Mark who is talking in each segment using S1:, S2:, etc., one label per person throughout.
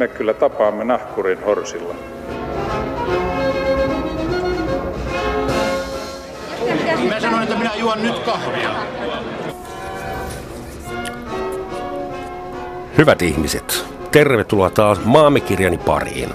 S1: me kyllä tapaamme nahkurin horsilla.
S2: Mä sanoin, että minä juon nyt kahvia.
S3: Hyvät ihmiset, tervetuloa taas Maamme-kirjani pariin.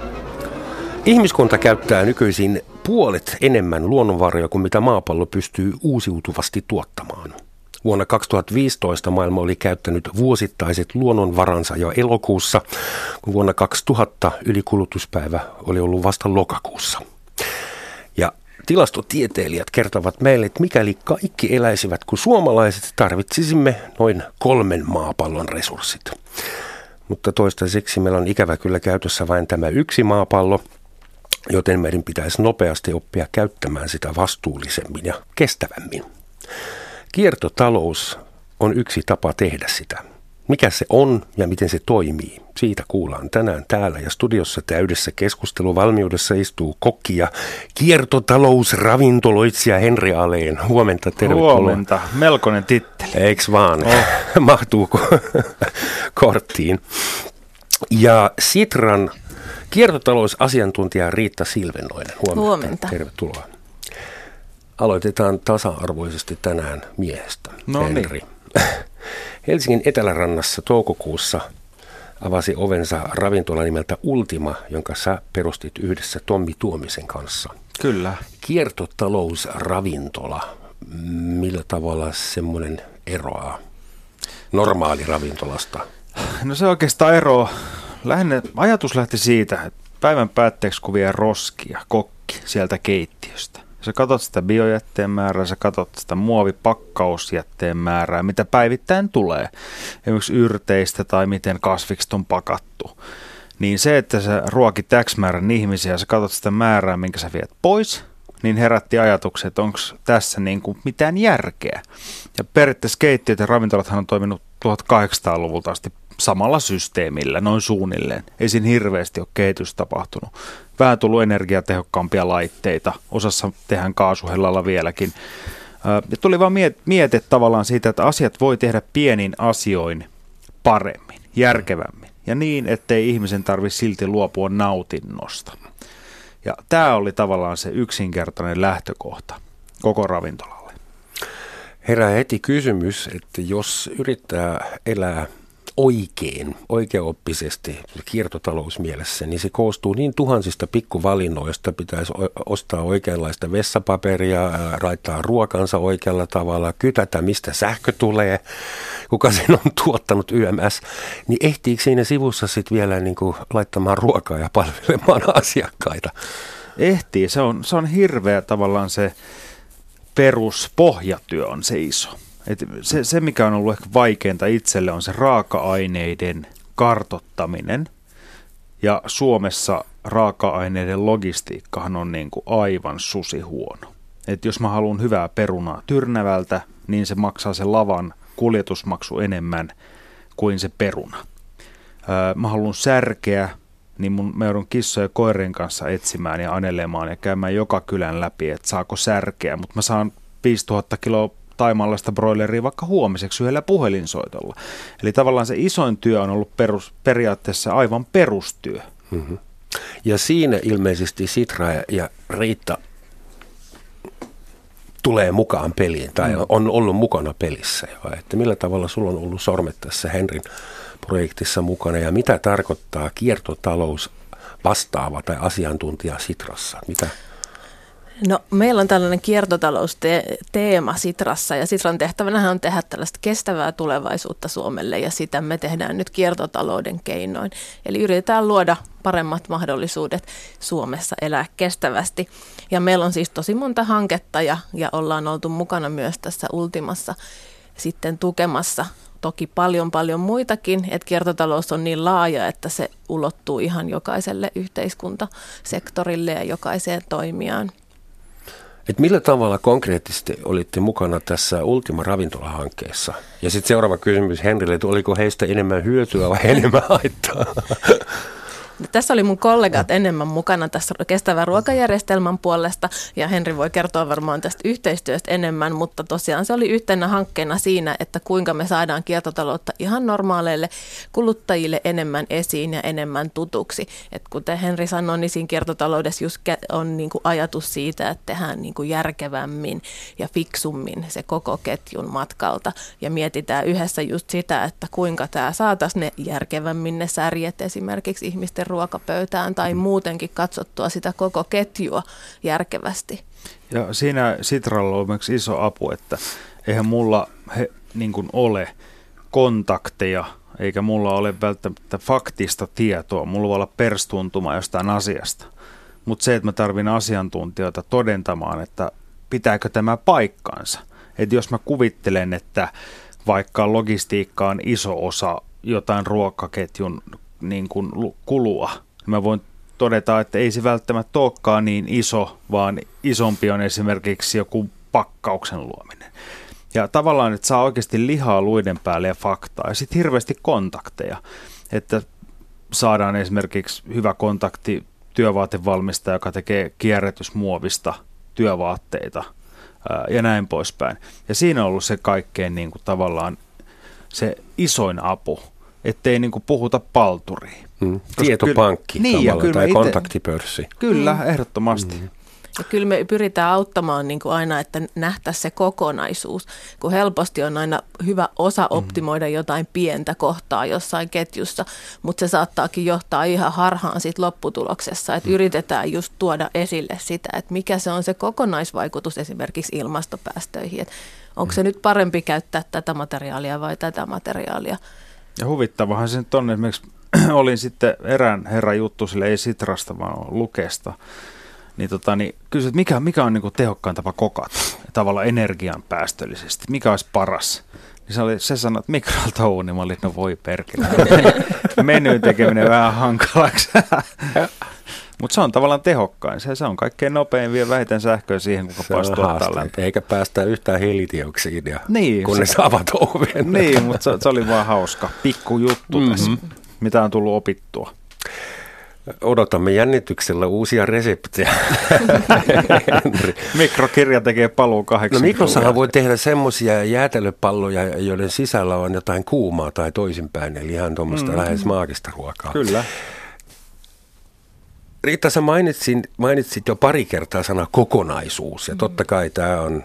S3: Ihmiskunta käyttää nykyisin puolet enemmän luonnonvaroja kuin mitä maapallo pystyy uusiutuvasti tuottamaan. Vuonna 2015 maailma oli käyttänyt vuosittaiset luonnonvaransa jo elokuussa, kun vuonna 2000 ylikulutuspäivä oli ollut vasta lokakuussa. Ja tilastotieteilijät kertovat meille, että mikäli kaikki eläisivät kuin suomalaiset, tarvitsisimme noin 3 maapallon resurssit. Mutta toistaiseksi meillä on ikävä kyllä käytössä vain tämä yksi maapallo, joten meidän pitäisi nopeasti oppia käyttämään sitä vastuullisemmin ja kestävämmin. Kiertotalous on yksi tapa tehdä sitä. Mikä se on ja miten se toimii, siitä kuullaan tänään täällä. Ja studiossa täydessä keskusteluvalmiudessa istuu kokki ja kiertotalousravintoloitsija Henri Aleen. Huomenta, tervetuloa.
S4: Huomenta, melkoinen titteli.
S3: Eiks vaan? Mahtuuko korttiin? Ja Sitran kiertotalousasiantuntija Riitta Silvennoinen.
S5: Huomenta.
S3: Tervetuloa. Aloitetaan tasa-arvoisesti tänään miehestä.
S4: No
S3: Henri.
S4: Niin.
S3: Helsingin Etelärannassa toukokuussa avasi ovensa ravintola nimeltä Ultima, jonka sä perustit yhdessä Tommi Tuomisen kanssa.
S4: Kyllä.
S3: Kiertotalousravintola. Millä tavalla semmoinen eroaa normaaliravintolasta?
S4: No se oikeastaan eroaa. Lähinnä ajatus lähti siitä, että päivän päätteeksi kun vie roskia kokki sieltä keittiöstä. Sä katot sitä biojätteen määrää, sä katot sitä muovipakkausjätteen määrää, mitä päivittäin tulee. Esimerkiksi yrteistä tai miten kasvikset on pakattu. Niin se, että sä ruokit X määrän ihmisiä ja sä katot sitä määrää, minkä sä viet pois, niin herätti ajatuksen, että onko tässä niin kuin mitään järkeä. Ja periaatteessa keittiöt ja ravintolathan on toiminut 1800-luvulta asti samalla systeemillä, noin suunnilleen. Ei siinä hirveästi ole kehitystä tapahtunut. Vähän tullut energiatehokkaampia laitteita, osassa tehdään kaasuhellalla vieläkin. Ja tuli vaan miete tavallaan siitä, että asiat voi tehdä pienin asioin paremmin, järkevämmin. Ja niin, ettei ihmisen tarvitse silti luopua nautinnosta. Ja tämä oli tavallaan se yksinkertainen lähtökohta koko ravintolalle.
S3: Herää heti kysymys, että jos yrittää elää oikeaoppisesti kiertotalousmielessä, niin se koostuu niin tuhansista pikkuvalinnoista. Pitäisi ostaa oikeanlaista vessapaperia, raittaa ruokansa oikealla tavalla, kytätä mistä sähkö tulee, kuka sen on tuottanut YMS. Niin ehtiikö siinä sivussa sitten vielä niin kuin laittamaan ruokaa ja palvelemaan asiakkaita?
S4: Ehtii. Se on hirveä tavallaan se peruspohjatyö on se iso. Se, mikä on ollut ehkä vaikeinta itselle, on se raaka-aineiden kartoittaminen. Ja Suomessa raaka-aineiden logistiikkahan on niin kuin aivan susihuono. Et jos mä haluan hyvää perunaa Tyrnävältä, niin se maksaa se lavan kuljetusmaksu enemmän kuin se peruna. Mä haluan särkeä, niin mä joudun kissojen ja koirien kanssa etsimään ja anelemaan ja käymään joka kylän läpi, että saako särkeä. Mutta mä saan 5000 kiloa taimaalaista broileria vaikka huomiseksi yhdellä puhelinsoitolla. Eli tavallaan se isoin työ on ollut periaatteessa aivan perustyö.
S3: Mm-hmm. Ja siinä ilmeisesti Sitra ja Riitta tulee mukaan peliin tai on ollut mukana pelissä. Että millä tavalla sulla on ollut sormet tässä Henrin projektissa mukana ja mitä tarkoittaa kiertotalous vastaava tai asiantuntija Sitrassa? Mitä?
S5: No, meillä on tällainen kiertotalousteema Sitrassa ja Sitran tehtävänähän on tehdä tällaista kestävää tulevaisuutta Suomelle ja sitä me tehdään nyt kiertotalouden keinoin. Eli yritetään luoda paremmat mahdollisuudet Suomessa elää kestävästi. Ja meillä on siis tosi monta hanketta ja ollaan oltu mukana myös tässä Ultimassa sitten tukemassa. Toki paljon muitakin, että kiertotalous on niin laaja, että se ulottuu ihan jokaiselle yhteiskuntasektorille ja jokaiseen toimijaan.
S3: Et millä tavalla konkreettisesti olitte mukana tässä Ultima-ravintolahankkeessa? Ja sitten seuraava kysymys Henrille, että oliko heistä enemmän hyötyä vai enemmän haittaa?
S5: Tässä oli mun kollegat enemmän mukana tässä kestävän ruokajärjestelmän puolesta, ja Henri voi kertoa varmaan tästä yhteistyöstä enemmän, mutta tosiaan se oli yhtenä hankkeena siinä, että kuinka me saadaan kiertotaloutta ihan normaaleille kuluttajille enemmän esiin ja enemmän tutuksi. Et kuten Henri sanoi, niin siinä kiertotaloudessa just on niin kuin ajatus siitä, että tehdään niin kuin järkevämmin ja fiksummin se koko ketjun matkalta, ja mietitään yhdessä just sitä, että kuinka tämä saataisiin ne järkevämmin ne särjet esimerkiksi ihmisten ruokapöytään tai muutenkin katsottua sitä koko ketjua järkevästi.
S4: Ja siinä Sitralla on myös iso apu, että eihän mulla niin kuin ole kontakteja, eikä mulla ole välttämättä faktista tietoa. Mulla voi olla perstuntuma jostain asiasta. Mutta se, että mä tarvin asiantuntijoita todentamaan, että pitääkö tämä paikkansa. Että jos mä kuvittelen, että vaikka logistiikka on iso osa jotain ruokaketjun niin kuin kulua, mä voin todeta, että ei se välttämättä olekaan niin iso, vaan isompi on esimerkiksi joku pakkauksen luominen. Ja tavallaan, että saa oikeasti lihaa luiden päälle ja faktaa ja sitten hirveästi kontakteja, että saadaan esimerkiksi hyvä kontakti työvaatevalmistaja, joka tekee kierrätysmuovista työvaatteita ja näin poispäin. Ja siinä on ollut se kaikkein niin kuin tavallaan se isoin apu, ettei niin kuin puhuta palturiin.
S3: Tietopankki
S4: niin,
S3: tai kontaktipörssi.
S4: Kyllä, ehdottomasti.
S5: Ja kyllä me pyritään auttamaan niin kuin aina, että nähtäisiin se kokonaisuus, kun helposti on aina hyvä osa optimoida jotain pientä kohtaa jossain ketjussa, mutta se saattaakin johtaa ihan harhaan sit lopputuloksessa, että yritetään just tuoda esille sitä, että mikä se on se kokonaisvaikutus esimerkiksi ilmastopäästöihin, että onko se nyt parempi käyttää tätä materiaalia vai tätä materiaalia.
S4: Ja huvittavahan se nyt on, esimerkiksi olin sitten erään herran juttu, sille ei Sitrasta, vaan Lukesta, niin kysyin, että mikä on niin kuin tehokkain tapa kokata tavallaan energian päästöllisesti, mikä olisi paras. Niin se sanoi, että mikroaaltouuni. Mä olin, no voi perkele. Menyn tekeminen vähän hankalaksi. Mutta se on tavallaan tehokkain. Se on kaikkein nopein vie vähiten sähköä siihen, kun pääsi tuottaa lämpöä.
S3: Eikä päästä yhtään hiilidioksidia,
S4: niin,
S3: kun ne saavat oven.
S4: Niin, mutta se oli vaan hauska. Pikku juttu tässä, mitä on tullut opittua.
S3: Odotamme jännityksellä uusia reseptejä.
S4: Mikrokirja tekee paluu 8.
S3: No mikrossahan voi tehdä semmoisia jäätelöpalloja, joiden sisällä on jotain kuumaa tai toisinpäin, eli ihan tuommoista lähes maagista ruokaa.
S4: Kyllä.
S3: Riitta, sä mainitsit jo pari kertaa sana kokonaisuus, ja totta kai tämä on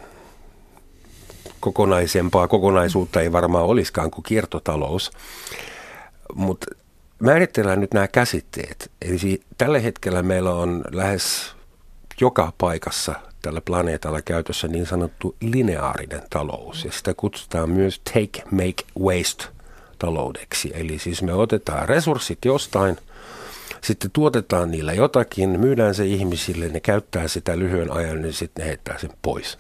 S3: kokonaisempaa. Kokonaisuutta ei varmaan olisikaan kuin kiertotalous, mutta määritellään nyt nämä käsitteet. Eli tällä hetkellä meillä on lähes joka paikassa tällä planeetalla käytössä niin sanottu lineaarinen talous. Ja sitä kutsutaan myös take, make, waste taloudeksi. Eli siis me otetaan resurssit jostain, sitten tuotetaan niillä jotakin, myydään se ihmisille, ne käyttää sitä lyhyen ajan, niin sitten ne heittää sen pois.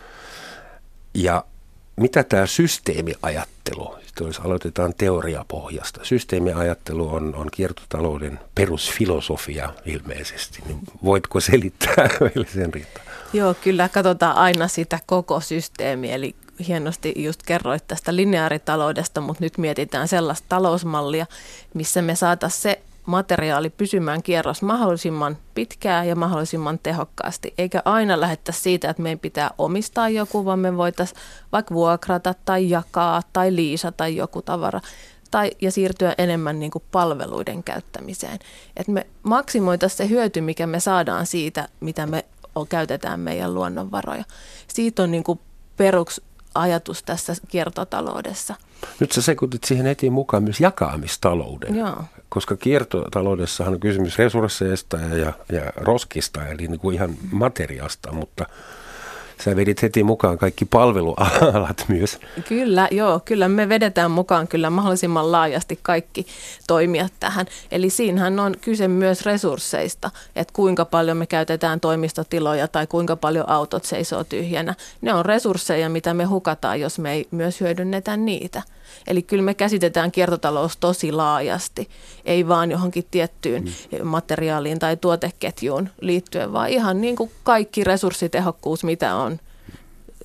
S3: Ja mitä tämä systeemiajattelu, jos aloitetaan teoriapohjasta. Systeemiajattelu on kiertotalouden perusfilosofia ilmeisesti. Niin voitko selittää meille sen, Riitta?
S5: Joo, kyllä katsotaan aina sitä koko systeemiä, eli hienosti just kerroit tästä lineaaritaloudesta, mutta nyt mietitään sellaista talousmallia, missä me saataisiin se materiaali pysymään kierros mahdollisimman pitkään ja mahdollisimman tehokkaasti. Eikä aina lähettäisi siitä, että meidän pitää omistaa joku, vaan me voitaisiin vaikka vuokrata tai jakaa tai liisata joku tavara ja siirtyä enemmän niin kuin palveluiden käyttämiseen. Että me maksimoitaisiin se hyöty, mikä me saadaan siitä, mitä me käytetään meidän luonnonvaroja. Siitä on niin kuin perusajatus tässä kiertotaloudessa.
S3: Nyt sä sekoitit siihen heti mukaan myös jakamistalouden.
S5: Joo.
S3: Koska kiertotaloudessahan on kysymys resursseista ja roskista, eli niin kuin ihan materiasta, mutta sä vedit heti mukaan kaikki palvelualat myös.
S5: Kyllä, joo, kyllä me vedetään mukaan kyllä mahdollisimman laajasti kaikki toimijat tähän. Eli siinähän on kyse myös resursseista, että kuinka paljon me käytetään toimistotiloja tai kuinka paljon autot seisoo tyhjänä. Ne on resursseja, mitä me hukataan, jos me ei myös hyödynnetä niitä. Eli kyllä me käsitetään kiertotalous tosi laajasti, ei vaan johonkin tiettyyn materiaaliin tai tuoteketjuun liittyen, vaan ihan niin kuin kaikki resurssitehokkuus, mitä on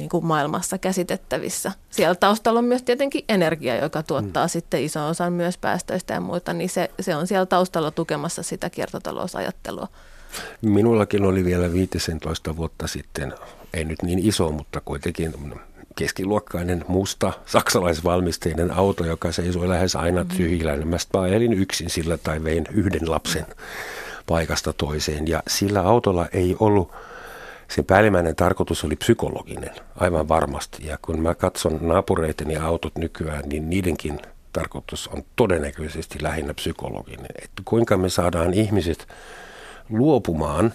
S5: niin kuin maailmassa käsitettävissä. Siellä taustalla on myös tietenkin energia, joka tuottaa sitten ison osan myös päästöistä ja muuta, niin se on siellä taustalla tukemassa sitä kiertotalousajattelua.
S3: Minullakin oli vielä 15 vuotta sitten, ei nyt niin iso, mutta kuitenkin keskiluokkainen musta saksalaisvalmisteinen auto, joka seisoi lähes aina tyhjillään. Mä elin yksin sillä tai vein yhden lapsen paikasta toiseen ja sillä autolla ei ollut, sen päällimmäinen tarkoitus oli psykologinen, aivan varmasti. Ja kun mä katson naapureiteni autot nykyään, niin niidenkin tarkoitus on todennäköisesti lähinnä psykologinen. Että kuinka me saadaan ihmiset luopumaan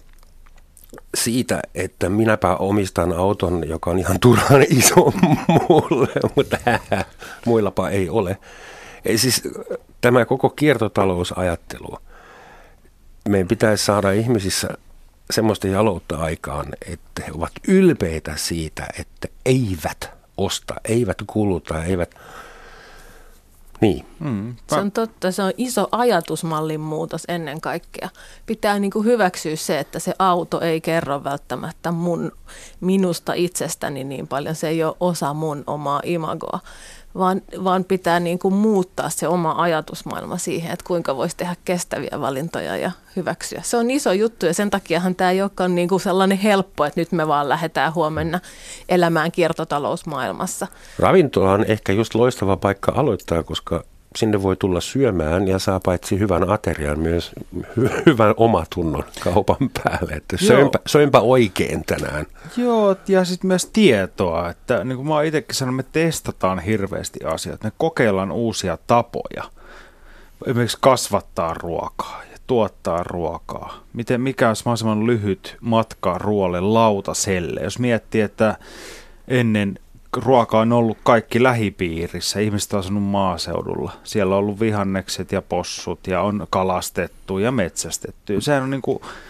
S3: siitä, että minäpä omistan auton, joka on ihan turhan iso mulle, mutta muillapa ei ole. Eli siis tämä koko kiertotalousajattelu, meidän pitäisi saada ihmisissä semmoista jaloutta aikaan, että he ovat ylpeitä siitä, että eivät osta, eivät kuluta, eivät. Niin.
S5: Se on totta, se on iso ajatusmallin muutos ennen kaikkea. Pitää niin kuin hyväksyä se, että se auto ei kerro välttämättä minusta itsestäni niin paljon, se ei ole osa mun omaa imagoa, vaan pitää niin kuin muuttaa se oma ajatusmaailma siihen, että kuinka voisi tehdä kestäviä valintoja ja hyväksyä. Se on iso juttu ja sen takiahan tämä ei olekaan niin kuin sellainen helppo, että nyt me vaan lähdetään huomenna elämään kiertotalousmaailmassa.
S3: Ravintola on ehkä just loistava paikka aloittaa, koska sinne voi tulla syömään ja saa paitsi hyvän aterian myös hyvän omatunnon kaupan päälle, että söinpä oikein tänään.
S4: Joo, ja sitten myös tietoa, että niin kuin mä oon itsekin sanonut, me testataan hirveästi asioita, me kokeillaan uusia tapoja, esimerkiksi kasvattaa ruokaa ja tuottaa ruokaa. Mikä olisi mahdollisimman lyhyt matka ruoalle lautaselle, jos miettii, että ennen ruoka on ollut kaikki lähipiirissä. Ihmiset on asunut maaseudulla. Siellä on ollut vihannekset ja possut ja on kalastettu ja metsästetty. Sehän on niin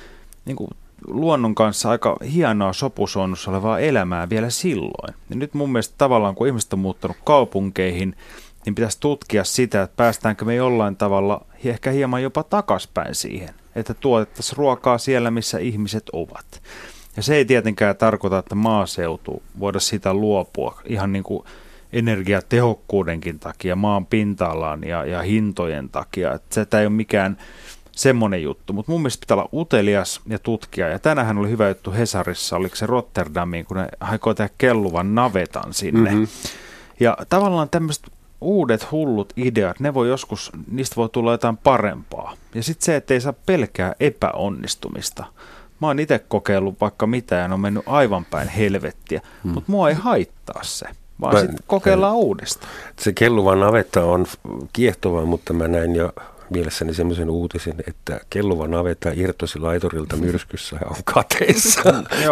S4: kuin luonnon kanssa aika hienoa sopusoinnussa olevaa elämää vielä silloin. Ja nyt mun mielestä tavallaan, kun ihmiset on muuttanut kaupunkeihin, niin pitäisi tutkia sitä, että päästäänkö me jollain tavalla ehkä hieman jopa takaspäin siihen, että tuotettaisiin ruokaa siellä, missä ihmiset ovat. Ja se ei tietenkään tarkoita, että maaseutu voida sitä luopua ihan niin kuin energiatehokkuudenkin takia, maan pinta-alan ja hintojen takia. Että se ei ole mikään semmoinen juttu, mutta mun mielestä pitää olla utelias ja tutkia. Ja tänähän oli hyvä juttu Hesarissa, oliko se Rotterdamiin, kun ne aikoo tehdä kelluvan navetan sinne. Mm-hmm. Ja tavallaan tämmöiset uudet hullut ideat, ne voi joskus, niistä voi tulla jotain parempaa. Ja sitten se, että ei saa pelkää epäonnistumista. Mä oon itse kokeillut vaikka mitä ja on mennyt aivan päin helvettiä, mutta mua ei haittaa se, vaan sitten kokeillaan uudestaan.
S3: Se kelluva navetta on kiehtova, mutta mä näin jo mielessäni semmoisen uutisen, että kelluva navetta irtosi laiturilta myrskyssä ja on kateissa.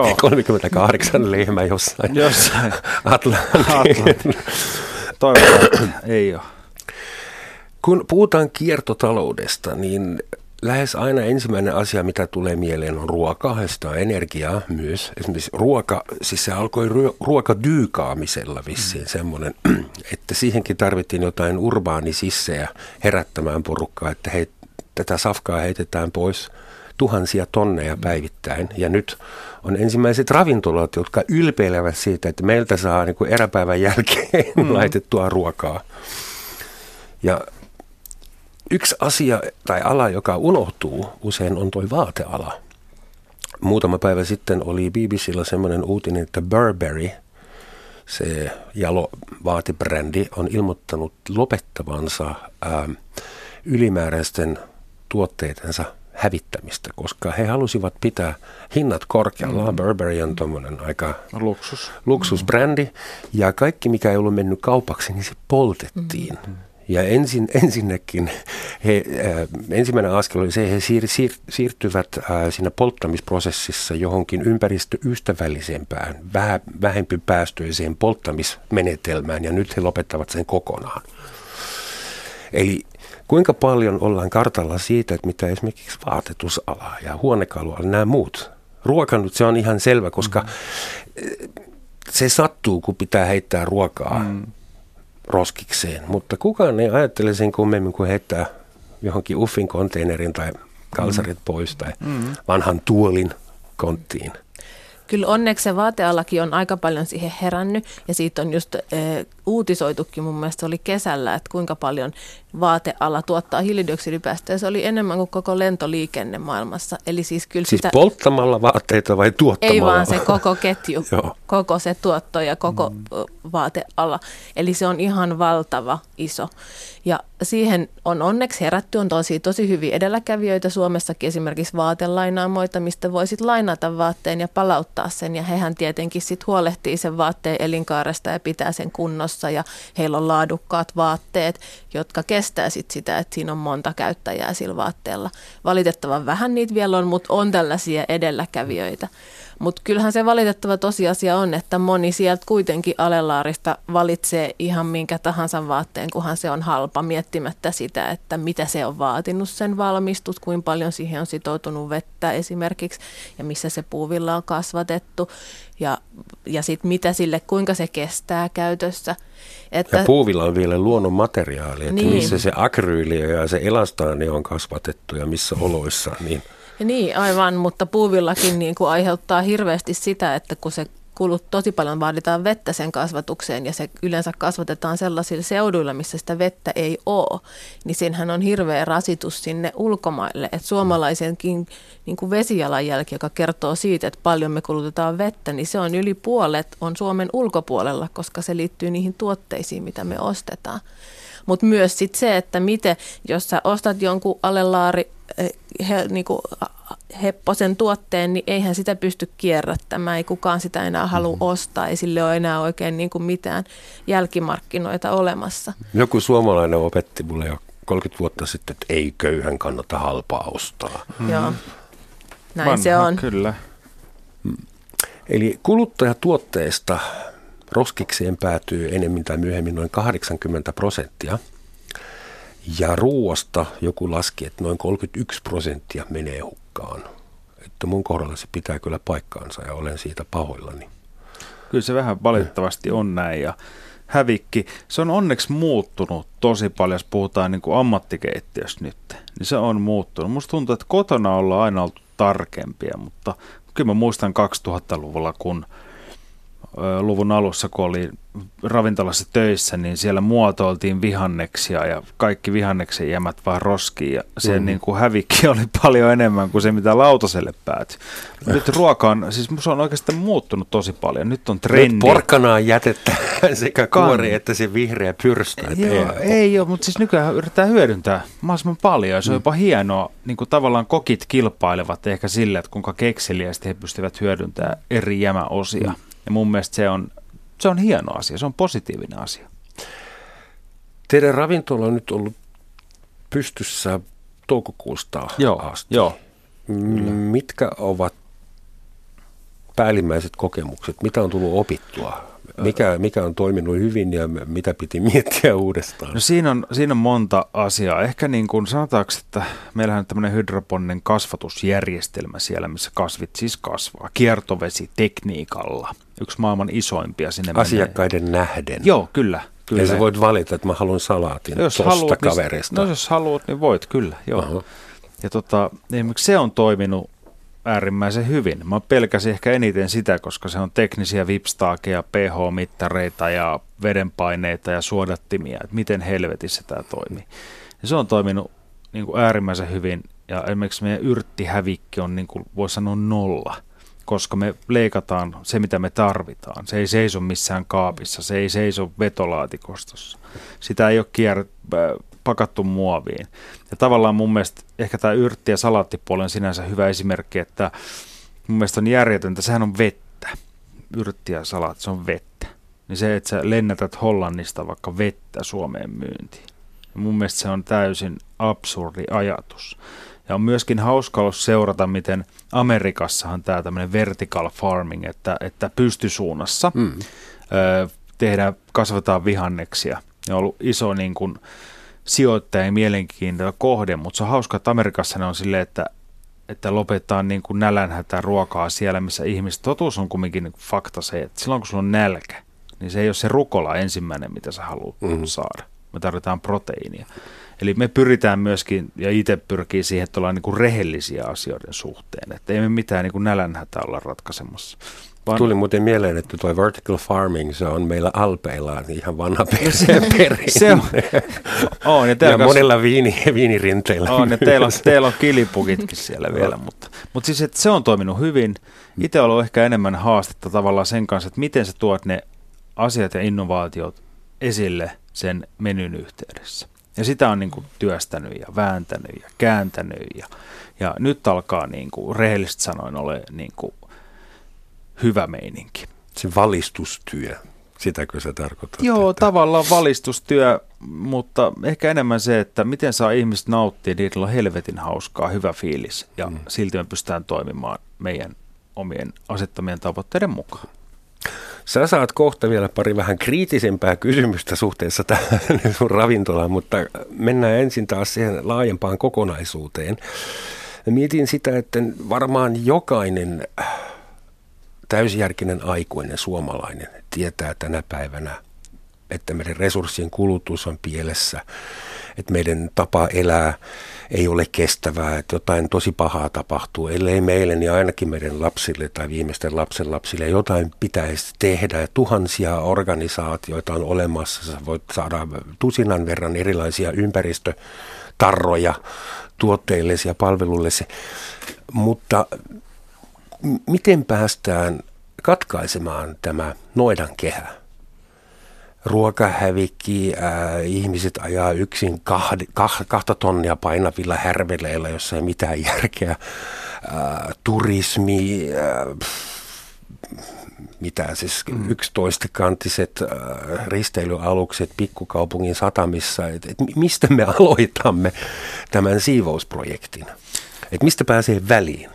S3: 38 lehmää jossain. Atlantin.
S4: Toivottavasti ei ole.
S3: Kun puhutaan kiertotaloudesta, niin lähes aina ensimmäinen asia, mitä tulee mieleen, on ruoka, ja sitä on energiaa myös. Esimerkiksi ruoka, siis se alkoi ruokadyykaamisella vissiin semmoinen, että siihenkin tarvittiin jotain urbaanisissejä herättämään porukkaa, että tätä safkaa heitetään pois tuhansia tonneja päivittäin. Ja nyt on ensimmäiset ravintolat, jotka ylpeilevät siitä, että meiltä saa niin kuin eräpäivän jälkeen laitettua ruokaa. Ja yksi asia tai ala, joka unohtuu usein, on toi vaateala. Muutama päivä sitten oli BBC:llä semmoinen uutinen, että Burberry, se jalo vaatebrändi, on ilmoittanut lopettavansa ylimääräisten tuotteidensa hävittämistä, koska he halusivat pitää hinnat korkealla. Burberry on tommoinen aika luksusbrändi, ja kaikki, mikä ei ollut mennyt kaupaksi, niin se poltettiin. Ja ensinnäkin ensimmäinen askel oli se, että he siirtyvät siinä polttamisprosessissa johonkin ympäristöystävällisempään, vähempi päästöiseen polttamismenetelmään, ja nyt he lopettavat sen kokonaan. Eli kuinka paljon ollaan kartalla siitä, että mitä esimerkiksi vaatetusala ja huonekaluala, nämä muut. Ruoka nyt se on ihan selvä, koska se sattuu, kun pitää heittää ruokaa roskikseen, mutta kukaan ei ajattele sen kummemmin kuin heittää johonkin uffin konteinerin tai kalsarit pois tai vanhan tuolin konttiin.
S5: Kyllä onneksi se vaatealakin on aika paljon siihen herännyt ja siitä on just uutisoitukin mun mielestä oli kesällä, että kuinka paljon vaateala tuottaa hiilidioksidipäästöjä. Se oli enemmän kuin koko lentoliikenne maailmassa. Eli siis kyllä
S3: siis polttamalla vaatteita vai tuottamalla?
S5: Ei vaan se koko ketju, koko se tuotto ja koko vaateala. Eli se on ihan valtava iso. Ja siihen on onneksi herätty, on tosi hyviä edelläkävijöitä Suomessakin, esimerkiksi vaatelainaamoita, mistä voisit lainata vaatteen ja palauttaa sen. Ja hehän tietenkin sitten huolehtii sen vaatteen elinkaaresta ja pitää sen kunnossa ja heillä on laadukkaat vaatteet, jotka kestää sit sitä, että siinä on monta käyttäjää sillä vaatteella. Valitettavan vähän niitä vielä on, mutta on tällaisia edelläkävijöitä. Mutta kyllähän se valitettava tosiasia on, että moni sieltä kuitenkin alelaarista valitsee ihan minkä tahansa vaatteen, kunhan se on halpa, miettimättä sitä, että mitä se on vaatinut sen valmistus, kuinka paljon siihen on sitoutunut vettä esimerkiksi ja missä se puuvilla on kasvatettu ja sitten mitä sille, kuinka se kestää käytössä.
S3: Ja puuvilla on vielä luonnon materiaali, että
S5: niin.
S3: Missä se akryyli ja se elastaani on kasvatettu ja missä oloissa.
S5: Niin, aivan, mutta puuvillakin niin kuin aiheuttaa hirveästi sitä, että kun se tosi paljon vaaditaan vettä sen kasvatukseen ja se yleensä kasvatetaan sellaisilla seuduilla, missä sitä vettä ei ole, niin siinähän on hirveä rasitus sinne ulkomaille. Että suomalaisenkin niin kuin vesijalanjälki, joka kertoo siitä, että paljon me kulutetaan vettä, niin se on yli puolet on Suomen ulkopuolella, koska se liittyy niihin tuotteisiin, mitä me ostetaan. Mutta myös sit se, että miten, jos sä ostat jonkun alelaari niinku hepposen tuotteen, niin eihän sitä pysty kierrättämään. Ei kukaan sitä enää halua ostaa. Ei sille ole enää oikein niinku mitään jälkimarkkinoita olemassa.
S3: Joku suomalainen opetti mulle jo 30 vuotta sitten, että ei köyhän kannata halpaa ostaa.
S5: Joo, näin
S4: Vanha,
S5: se on.
S4: Kyllä.
S3: Eli kuluttajatuotteista roskikseen päätyy enemmän tai myöhemmin noin 80%. Ja ruoasta joku laski, että noin 31% menee hukkaan. Että mun kohdalla se pitää kyllä paikkaansa ja olen siitä pahoillani.
S4: Kyllä se vähän valitettavasti on näin ja hävikki. Se on onneksi muuttunut tosi paljon, jos puhutaan niin kuin ammattikeittiöstä nyt. Niin se on muuttunut. Musta tuntuu, että kotona ollaan aina oltu tarkempia, mutta kyllä mä muistan 2000-luvulla, kun luvun alussa, kun oli ravintolassa töissä, niin siellä muotoiltiin vihanneksia ja kaikki vihanneksen jämät vaan roskiin ja sen niin kuin hävikki oli paljon enemmän kuin se, mitä lautaselle päätyi. Nyt ruoka on, siis se on oikeastaan muuttunut tosi paljon. Nyt on trendi.
S3: Nyt porkkanaa jätettä sekä kuori että se vihreä pyrstö.
S4: Ei ole, mutta siis nykyään yritetään hyödyntää mahdollisimman paljon ja se on jopa hienoa. Niin kuin tavallaan kokit kilpailevat ehkä sillä, että kuinka kekseliästi he pystyvät hyödyntämään eri jämäosia. Ja mun mielestä se on hieno asia, se on positiivinen asia.
S3: Teidän ravintola on nyt ollut pystyssä toukokuusta asti.
S4: Joo.
S3: Mitkä ovat päällimmäiset kokemukset? Mitä on tullut opittua? Mikä on toiminut hyvin ja mitä piti miettiä uudestaan?
S4: No siinä on monta asiaa. Ehkä niin kuin sanotaanko, että meillähän on tämmöinen hydroponinen kasvatusjärjestelmä siellä, missä kasvit siis kasvaa kiertovesitekniikalla. Yksi maailman isoimpia sinne
S3: asiakkaiden
S4: menee.
S3: Nähden.
S4: Joo, kyllä.
S3: Ja sä voit valita, että mä haluan salaatin tuosta kaverista.
S4: No jos haluat, niin voit kyllä. Joo. Uh-huh. Ja esimerkiksi se on toiminut äärimmäisen hyvin. Mä pelkäsin ehkä eniten sitä, koska se on teknisiä vipstaakeja, pH-mittareita ja vedenpaineita ja suodattimia, että miten helvetissä tämä toimii. Ja se on toiminut niin kuin äärimmäisen hyvin ja esimerkiksi meidän yrttihävikki on niin kuin voisi sanoa 0, koska me leikataan se, mitä me tarvitaan. Se ei seiso missään kaapissa, se ei seiso vetolaatikostossa. Sitä ei ole pakattu muoviin. Ja tavallaan mun mielestä ehkä tämä yrtti- ja salaattipuoli on sinänsä hyvä esimerkki, että mun mielestä on järjetöntä, sehän on vettä. Yrtti ja salaatti, se on vettä. Niin se, että sä lennätät Hollannista vaikka vettä Suomeen myyntiin. Ja mun mielestä se on täysin absurdi ajatus. Ja on myöskin hauska ollut seurata, miten Amerikassahan tämä tämmöinen vertical farming, että pystysuunnassa kasvataan vihanneksia. Ja on ollut iso niin kuin sijoittajien mielenkiintoinen kohde, mutta se on hauska, että Amerikassa ne on silleen, että lopetetaan niin kuin nälänhätä ruokaa siellä, missä ihmiset. Totuus on kumminkin fakta se, että silloin kun sulla on nälkä, niin se ei ole se rukola ensimmäinen, mitä sä haluat saada. me tarvitaan proteiinia. Eli me pyritään myöskin, ja itse pyrkii siihen, että ollaan niin kuin rehellisiä asioiden suhteen, että ei me mitään niin kuin nälänhätää olla ratkaisemassa.
S3: Tuli muuten mieleen, että tuo vertical farming, se on meillä Alpeilla ihan vanha perinne.
S4: Se on.
S3: Ja monella viinirinteillä.
S4: On, ja teillä on kilipukitkin siellä vielä, mutta siis että se on toiminut hyvin. Itse on ollut ehkä enemmän haastetta tavallaan sen kanssa, että miten sä tuot ne asiat ja innovaatiot esille sen menyn yhteydessä. Ja sitä on niin kuin työstänyt ja vääntänyt ja kääntänyt ja nyt alkaa niin kuin rehellisesti sanoen ole niin kuin hyvä meininki.
S3: Se valistustyö, sitäkö se tarkoittaa?
S4: Joo, tavallaan valistustyö, mutta ehkä enemmän se, että miten saa ihmiset nauttia, niillä on helvetin hauskaa, hyvä fiilis ja silti me pystytään toimimaan meidän omien asettamien tavoitteiden mukaan.
S3: Sä saat kohta vielä pari vähän kriittisempää kysymystä suhteessa tähän sun ravintolaan, mutta mennään ensin taas siihen laajempaan kokonaisuuteen. Mietin sitä, että varmaan jokainen täysjärkinen aikuinen suomalainen tietää tänä päivänä, että meidän resurssien kulutus on pielessä, että meidän tapa elää ei ole kestävää, että jotain tosi pahaa tapahtuu, ellei meille, niin ainakin meidän lapsille tai viimeisten lapsenlapsille jotain pitäisi tehdä. Tuhansia organisaatioita on olemassa, sä voit saada tusinan verran erilaisia ympäristötarroja tuotteillesi ja palveluillesi, mutta miten päästään katkaisemaan tämä noidankehä? Ruokahävikki, ihmiset ajaa yksin 2 tonnia painavilla härveleillä, jossa ei mitään järkeä. Turismi, mitä siis 11-kanttiset risteilyalukset pikkukaupungin satamissa. Et mistä me aloitamme tämän siivousprojektin? Et mistä pääsee väliin?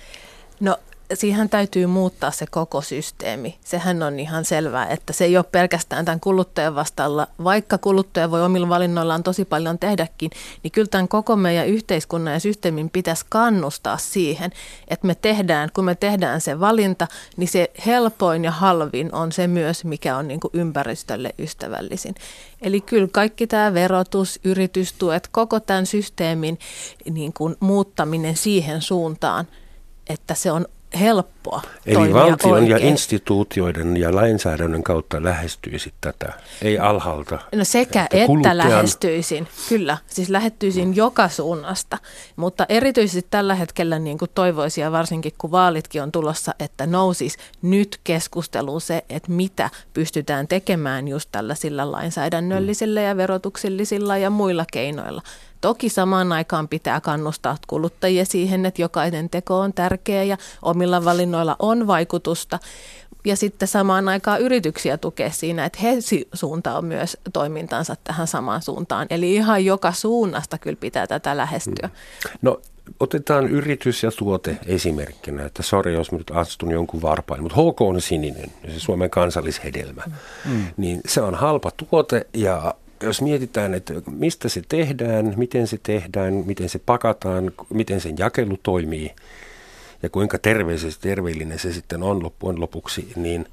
S5: No siihen täytyy muuttaa se koko systeemi. Sehän on ihan selvää, että se ei ole pelkästään tämän kuluttajan vastaalla. Vaikka kuluttaja voi omilla valinnoillaan tosi paljon tehdäkin, niin kyllä tämän koko meidän yhteiskunnan ja systeemin pitäisi kannustaa siihen, että kun me tehdään se valinta, niin se helpoin ja halvin on se myös, mikä on niin kuin ympäristölle ystävällisin. Eli kyllä kaikki tämä verotus, yritystuet, koko tämän systeemin niin kuin muuttaminen siihen suuntaan, että se on helppoa.
S3: Eli valtion
S5: oikein.
S3: Ja instituutioiden ja lainsäädännön kautta lähestyisit tätä, ei alhaalta.
S5: No sekä että lähestyisin, kyllä, siis lähestyisin joka suunnasta, mutta erityisesti tällä hetkellä niin kuin toivoisin ja varsinkin kun vaalitkin on tulossa, että nousisi nyt keskusteluun se, että mitä pystytään tekemään just tällaisilla lainsäädännöllisillä ja verotuksellisilla ja muilla keinoilla. Toki samaan aikaan pitää kannustaa kuluttajia siihen, että jokainen teko on tärkeä ja omilla valinnoilla on vaikutusta. Ja sitten samaan aikaan yrityksiä tukea siinä, että he suuntaa myös toimintansa tähän samaan suuntaan. Eli ihan joka suunnasta kyllä pitää tätä lähestyä.
S3: No otetaan yritys ja tuote esimerkkinä, että sori jos nyt astun jonkun varpaille, mutta HK on sininen, se Suomen kansallishedelmä. Niin se on halpa tuote ja jos mietitään, että mistä se tehdään, miten se pakataan, miten sen jakelu toimii ja kuinka terveellinen se sitten on loppujen lopuksi, niin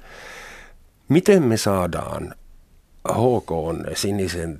S3: miten me saadaan HK:n sinisen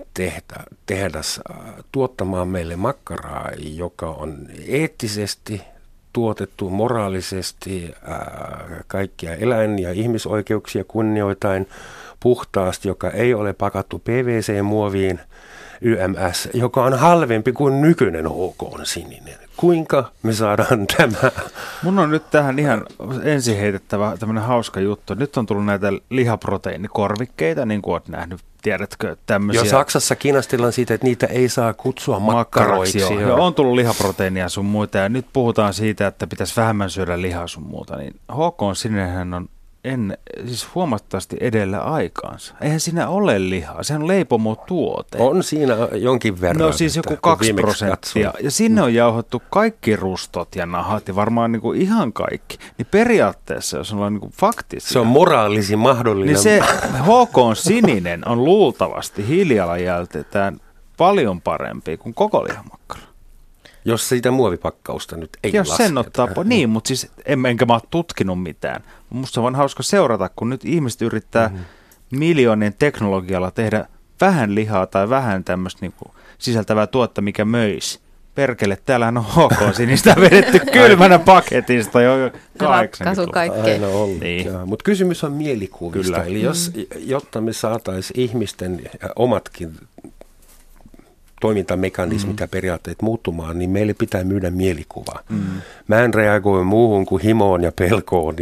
S3: tehdas tuottamaan meille makkaraa, joka on eettisesti tuotettu, moraalisesti, kaikkia eläin- ja ihmisoikeuksia kunnioitain, puhtaasti, joka ei ole pakattu PVC-muoviin, YMS, joka on halvempi kuin nykyinen HK:n sininen. Kuinka me saadaan tämä?
S4: Mun on nyt tähän ihan ensin heitettävä tämmöinen hauska juttu. Nyt on tullut näitä lihaproteiinikorvikkeita, niin kuin olet nähnyt. Tiedätkö tämmöisiä?
S3: Jo Saksassa kinastellaan siitä, että niitä ei saa kutsua makkaroiksi.
S4: Joo, on tullut lihaproteiinia sun muuta ja nyt puhutaan siitä, että pitäisi vähemmän syödä lihaa sun muuta. Niin HK:n sininen on siis huomattavasti edellä aikaansa. Eihän siinä ole lihaa, sehän on leipomotuote.
S3: On siinä jonkin verran.
S4: No siis joku 2%. Ja sinne on jauhattu kaikki rustot ja nahat ja varmaan niin kuin ihan kaikki. Niin periaatteessa, jos ollaan niin kuin faktisia.
S3: Se on moraalisin mahdollinen.
S4: Niin se HK:n sininen on luultavasti hiilijalanjältetään paljon parempi kuin koko lihamakkara.
S3: Jos siitä muovipakkausta nyt ei
S4: jos sen ottaa niin, mutta siis enkä mä ole tutkinut mitään. Musta on vaan hauska seurata, kun nyt ihmiset yrittää miljoonien teknologialla tehdä vähän lihaa tai vähän tämmöistä niin kuin sisältävää tuotta, mikä möisi. Perkele, täällähän on HK-sinistä vedetty kylmänä paketista jo 80.
S5: Ratkaisu kaikkeen.
S3: Aina ollut.
S4: Niin.
S3: Mutta kysymys on mielikuvista.
S4: Kyllä.
S3: Eli jotta me saataisiin ihmisten omatkin toimintamekanismit ja periaatteet muuttumaan, niin meille pitää myydä mielikuva. Mä en reagoi muuhun kuin himoon ja pelkoon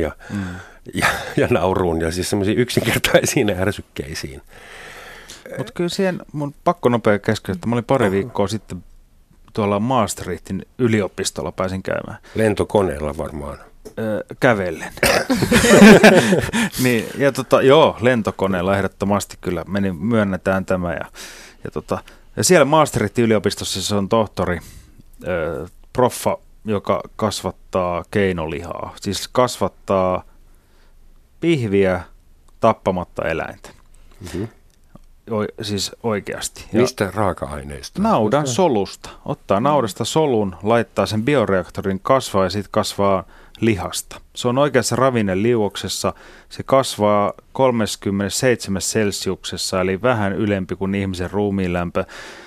S3: ja nauruun ja siis semmoisiin yksinkertaisiin ärsykkeisiin.
S4: Mutta kyllä siihen mun pakko nopea keskeyttää. Mä olin pari viikkoa sitten tuolla Maastrichtin yliopistolla pääsin käymään.
S3: Lentokoneella varmaan.
S4: Kävellen. Niin, ja joo, lentokoneella ehdottomasti kyllä myönnetään tämä. Ja siellä Maastrichtin yliopistossa se on tohtori, proffa, joka kasvattaa keinolihaa. Siis kasvattaa pihviä tappamatta eläintä. Mm-hmm. Siis oikeasti.
S3: Mistä raaka-aineista?
S4: Naudan solusta. Ottaa naudasta solun, laittaa sen bioreaktorin kasvaa ja sitten kasvaa lihasta. Se on oikeassa ravinneliuoksessa. Se kasvaa 37 celsiuksessa, eli vähän ylempi kuin ihmisen ruumiin lämpö.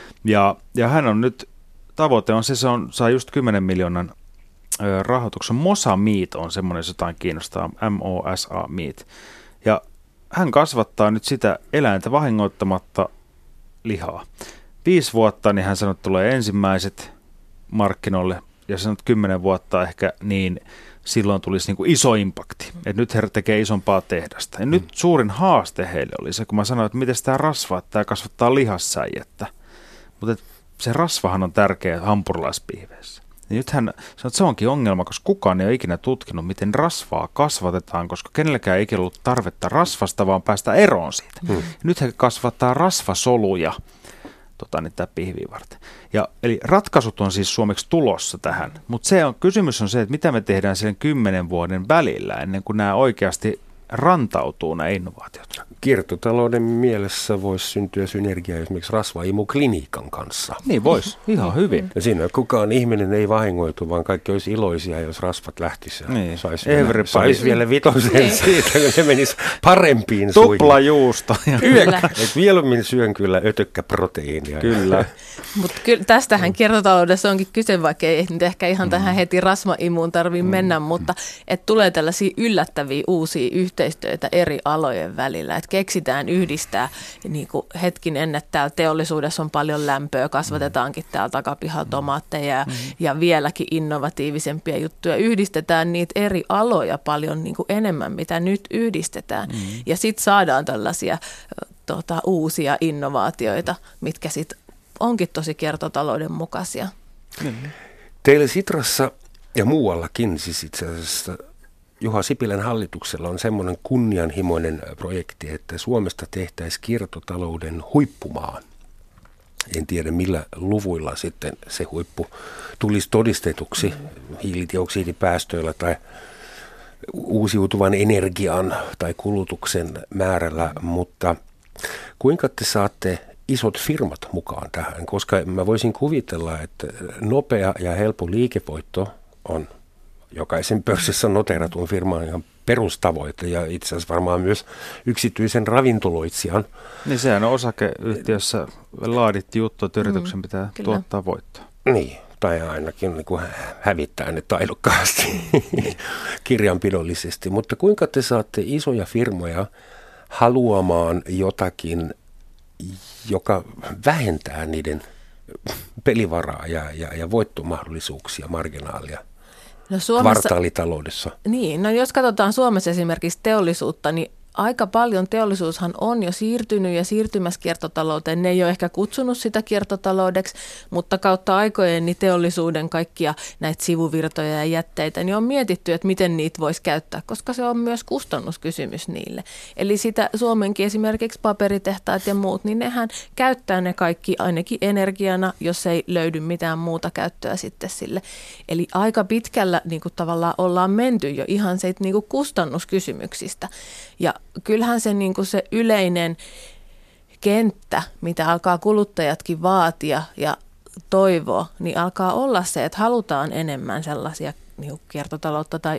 S4: Ja hän on nyt, tavoite on se saa just 10 miljoonan rahoituksen. Mosa Meat on semmoinen, jos jotain kiinnostaa, MOSA Meat. Ja hän kasvattaa nyt sitä eläintä vahingoittamatta lihaa. 5 vuotta, niin hän sanoi, että tulee ensimmäiset markkinoille, ja sanoi, että 10 vuotta ehkä, niin silloin tulisi niin kuin iso impakti. Että nyt he tekee isompaa tehdasta. Ja nyt suurin haaste heille oli se, kun mä sanoin, että miten tämä rasva, että tämä kasvattaa lihassäijettä. Mutta se rasvahan on tärkeä hampurilaispihveissä. Ja nyt hän sanoi, että se onkin ongelma, koska kukaan ei ole ikinä tutkinut, miten rasvaa kasvatetaan, koska kenelläkään ei ollut tarvetta rasvasta, vaan päästä eroon siitä. Nyt he kasvattaa rasvasoluja tämä pihviä varten. Eli ratkaisut on siis suomeksi tulossa tähän, mutta kysymys on se, että mitä me tehdään sen 10 vuoden välillä ennen kuin nämä oikeasti rantautuu nämä innovaatiot.
S3: Kiertotalouden mielessä voisi syntyä synergia esimerkiksi rasvaimukliniikan kanssa.
S4: Niin voisi, ihan hyvin.
S3: Ja siinä kukaan ihminen ei vahingoitu, vaan kaikki olisi iloisia, jos rasvat lähtisi.
S4: Niin.
S3: Saisi vielä vitosen siitä, kun se menisi parempiin suihin.
S4: Tuplajuusto.
S3: Mieluummin syön kyllä ötökkäproteiinia.
S4: Kyllä.
S5: Mutta tästähän kiertotaloudessa onkin kyse, vaikka ei nyt ehkä ihan tähän heti rasvaimuun tarvitse mennä, mutta että tulee tällaisia yllättäviä uusia yhteistyötä eri alojen välillä. Että keksitään yhdistää, niin kuin hetkinen, että täällä teollisuudessa on paljon lämpöä, kasvatetaankin täällä takapihalla tomaatteja ja vieläkin innovatiivisempia juttuja. Yhdistetään niitä eri aloja paljon niin kuin enemmän, mitä nyt yhdistetään. Ja sitten saadaan tällaisia uusia innovaatioita, mitkä sitten onkin tosi kiertotalouden mukaisia.
S3: Teillä Sitrassa ja muuallakin siis itse asiassa Juha Sipilän hallituksella on semmoinen kunnianhimoinen projekti, että Suomesta tehtäisiin kiertotalouden huippumaa. En tiedä millä luvuilla sitten se huippu tulisi todistetuksi hiilidioksidipäästöillä tai uusiutuvan energian tai kulutuksen määrällä, mutta kuinka te saatte isot firmat mukaan tähän? Koska mä voisin kuvitella, että nopea ja helppo liikevoitto on jokaisen pörssissä noteeratun firman ihan perustavoite ja itse asiassa varmaan myös yksityisen ravintoloitsijan.
S4: Niin sehän on osakeyhtiössä laadittu juttu, että yrityksen pitää tuottaa voittoa.
S3: Niin, tai ainakin niin kuin hävittää ne taidokkaasti kirjanpidollisesti. Mutta kuinka te saatte isoja firmoja haluamaan jotakin, joka vähentää niiden pelivaraa ja voittomahdollisuuksia, marginaalia? Kvartaalitaloudessa.
S5: Niin, no jos katsotaan Suomessa esimerkiksi teollisuutta, niin aika paljon teollisuushan on jo siirtynyt ja siirtymässä kiertotalouteen. Ne ei ole ehkä kutsunut sitä kiertotaloudeksi, mutta kautta aikojen niin teollisuuden kaikkia näitä sivuvirtoja ja jätteitä, niin on mietitty, että miten niitä voisi käyttää, koska se on myös kustannuskysymys niille. Eli sitä Suomenkin esimerkiksi paperitehtaat ja muut, niin nehän käyttää ne kaikki ainakin energiana, jos ei löydy mitään muuta käyttöä sitten sille. Eli aika pitkällä niin kuin tavallaan ollaan menty jo ihan se niin kuin kustannuskysymyksistä. Ja kyllähän se, niin kuin se yleinen kenttä, mitä alkaa kuluttajatkin vaatia ja toivoa, niin alkaa olla se, että halutaan enemmän sellaisia niin kiertotaloutta tai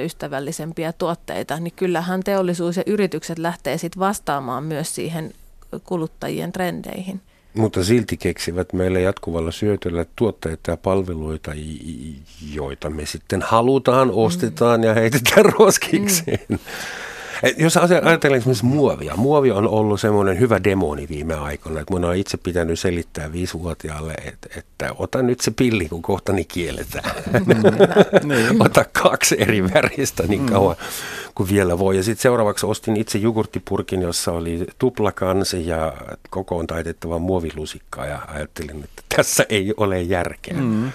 S5: ympäristöystävällisempiä tuotteita, niin kyllähän teollisuus ja yritykset lähtee sitten vastaamaan myös siihen kuluttajien trendeihin.
S3: Mutta silti keksivät meille jatkuvalla syötöllä tuotteita ja palveluita, joita me sitten halutaan, ostetaan ja heitetään roskikseen. Jos ajatellaan esimerkiksi muovia. Muovi on ollut semmoinen hyvä demoni viime aikoina, että mun on itse pitänyt selittää 5-vuotiaalle, että ota nyt se pilli, kun kohtani kielletään. Ota 2 eri väristä niin kauan kuin vielä voi. Ja sitten seuraavaksi ostin itse jogurttipurkin, jossa oli tuplakansi ja kokoon taitettava muovilusikka ja ajattelin, että tässä ei ole järkeä.